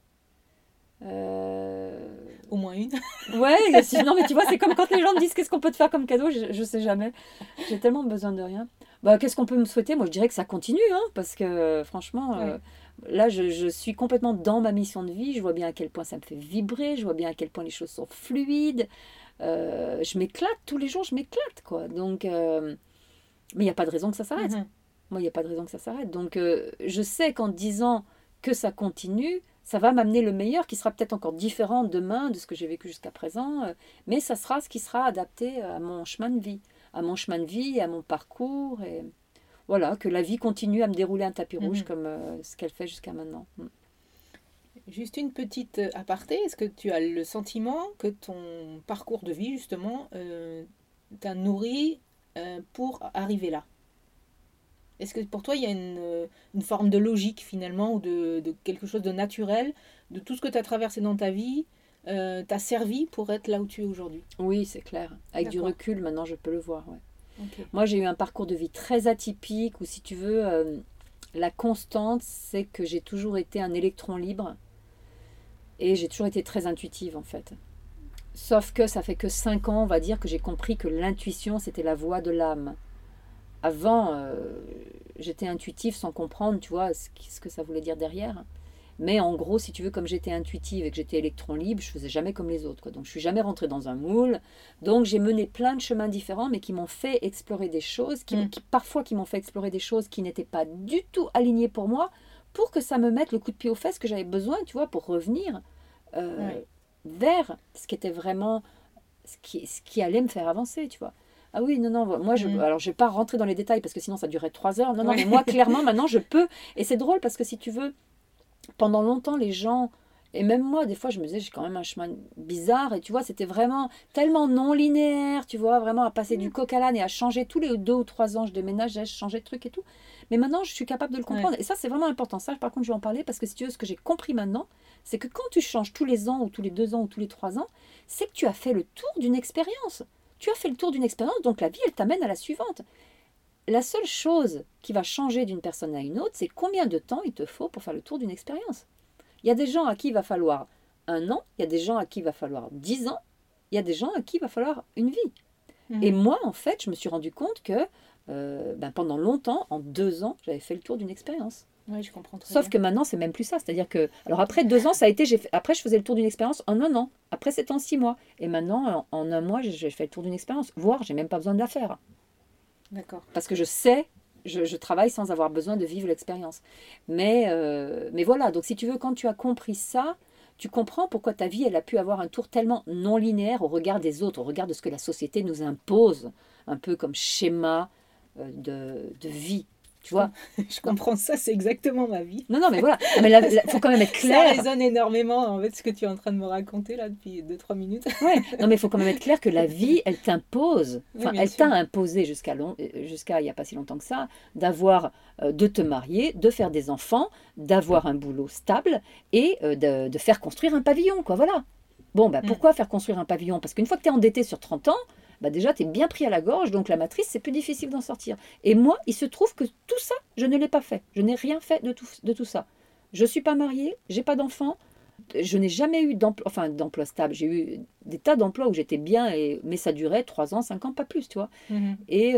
Euh... Au moins une. Ouais, non mais tu vois, c'est comme quand les gens me disent qu'est-ce qu'on peut te faire comme cadeau, je sais jamais. J'ai tellement besoin de rien. Bah, qu'est-ce qu'on peut me souhaiter? Moi, je dirais que ça continue, hein, parce que franchement, Ouais. là, je suis complètement dans ma mission de vie. Je vois bien à quel point ça me fait vibrer, je vois bien à quel point les choses sont fluides. Je m'éclate, tous les jours, je m'éclate, quoi. Donc, mais il n'y a pas de raison que ça s'arrête. Mhm. Moi, il n'y a pas de raison que ça s'arrête. Donc, je sais qu'en disant que ça continue, ça va m'amener le meilleur, qui sera peut-être encore différent demain de ce que j'ai vécu jusqu'à présent, mais ça sera ce qui sera adapté à mon chemin de vie, à mon chemin de vie, à mon parcours, et voilà, que la vie continue à me dérouler un tapis rouge Mhm. comme ce qu'elle fait jusqu'à maintenant. Juste une petite aparté, est-ce que tu as le sentiment que ton parcours de vie, justement, t'a nourri pour arriver là? Est-ce que pour toi, il y a une forme de logique finalement, ou de quelque chose de naturel, de tout ce que tu as traversé dans ta vie, t'a servi pour être là où tu es aujourd'hui? Oui, c'est clair. Avec du D'accord. recul, maintenant, je peux le voir. Ouais. Ok. Moi, j'ai eu un parcours de vie très atypique, où si tu veux, la constante, c'est que j'ai toujours été un électron libre. Et j'ai toujours été très intuitive en fait. Sauf que ça fait que 5 ans, on va dire, que j'ai compris que l'intuition, c'était la voix de l'âme. Avant, j'étais intuitive sans comprendre, tu vois, ce que ça voulait dire derrière. Mais en gros, si tu veux, comme j'étais intuitive et que j'étais électron libre, je faisais jamais comme les autres, quoi. Donc je suis jamais rentrée dans un moule. Donc j'ai mené plein de chemins différents, mais qui m'ont fait explorer des choses, parfois qui m'ont fait explorer des choses qui n'étaient pas du tout alignées pour moi, pour que ça me mette le coup de pied aux fesses que j'avais besoin, tu vois, pour revenir euh, Ouais. vers ce qui était vraiment ce qui allait me faire avancer, tu vois. Ah oui, non, non, moi, Mhm. alors je vais pas rentrer dans les détails parce que sinon ça durerait 3 heures. Non, non, mais Ouais. moi, clairement, maintenant, je peux. Et c'est drôle parce que si tu veux, pendant longtemps, les gens, et même moi, des fois, je me disais, j'ai quand même un chemin bizarre. Et tu vois, c'était vraiment tellement non linéaire, tu vois, vraiment à passer du coq à l'âne et à changer tous les 2 ou 3 ans, je déménageais, je changeais de truc et tout. Mais maintenant, je suis capable de le Ouais. comprendre. Et ça, c'est vraiment important. Ça, par contre, je vais en parler parce que si tu veux, ce que j'ai compris maintenant, c'est que quand tu changes tous les ans, ou tous les 2 ans, ou tous les 3 ans, c'est que tu as fait le tour d'une expérience. Tu as fait le tour d'une expérience, donc la vie, elle t'amène à la suivante. La seule chose qui va changer d'une personne à une autre, c'est combien de temps il te faut pour faire le tour d'une expérience. Il y a des gens à qui il va falloir 1 an, il y a des gens à qui il va falloir 10 ans, il y a des gens à qui il va falloir une vie. Et Mhm. moi, en fait, je me suis rendu compte que pendant longtemps, en 2 ans, j'avais fait le tour d'une expérience. Ouais, je comprends très Sauf bien. que maintenant, c'est même plus ça. C'est-à-dire que, alors après 2 ans, ça a été, après, je faisais le tour d'une expérience en 1 an. Après, c'était en 6 mois. Et maintenant, en 1 mois, j'ai fait le tour d'une expérience. Voire, j'ai même pas besoin de la faire. D'accord. Parce que je sais, je travaille sans avoir besoin de vivre l'expérience. Mais voilà, donc si tu veux, quand tu as compris ça, tu comprends pourquoi ta vie, elle a pu avoir un tour tellement non linéaire au regard des autres, au regard de ce que la société nous impose, un peu comme schéma de vie. Tu vois? Je comprends ça, c'est exactement ma vie. Non, non, mais voilà. Non, mais là, faut quand même être Ça clair. résonne énormément, en fait, ce que tu es en train de me raconter là depuis 2-3 minutes. Ouais, non, mais il faut quand même être clair que la vie, elle t'impose, Oui, enfin, bien elle t'a sûr. imposé jusqu'à il n'y a pas si longtemps que ça, de te marier, de faire des enfants, d'avoir un boulot stable et de faire construire un pavillon, quoi, voilà. Bon, bah, Mm. pourquoi faire construire un pavillon? Parce qu'une fois que tu es endetté sur 30 ans, bah, déjà, tu es bien pris à la gorge, donc la matrice, c'est plus difficile d'en sortir. Et moi, il se trouve que tout ça, je ne l'ai pas fait. Je n'ai rien fait de tout ça. Je ne suis pas mariée, j'ai pas d'enfants, je n'ai jamais eu d'emploi stable. J'ai eu des tas d'emplois où j'étais bien, mais ça durait 3 ans, 5 ans, pas plus, tu vois. Mhm.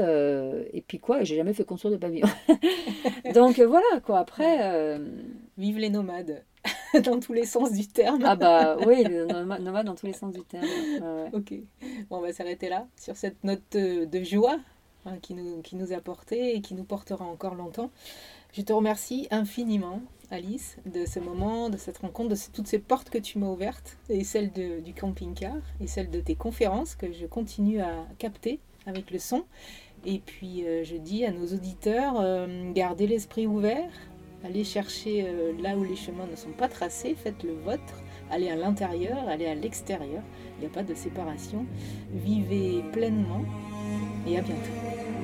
Et puis quoi, j'ai jamais fait construire de pavillon. Donc voilà, quoi. Après, Ouais. Vive les nomades, dans tous les sens du terme. ah bah oui, le nomade dans tous les sens du terme. Ouais, ouais. Ok. Bon, on va s'arrêter là, sur cette note de joie, qui nous a porté et qui nous portera encore longtemps. Je te remercie infiniment, Alice, de ce moment, de cette rencontre, de toutes ces portes que tu m'as ouvertes, et celle du camping-car, et celle de tes conférences que je continue à capter avec le son. Et puis je dis à nos auditeurs, gardez l'esprit ouvert, allez chercher là où les chemins ne sont pas tracés, faites le vôtre, allez à l'intérieur, allez à l'extérieur, il n'y a pas de séparation, vivez pleinement et à bientôt.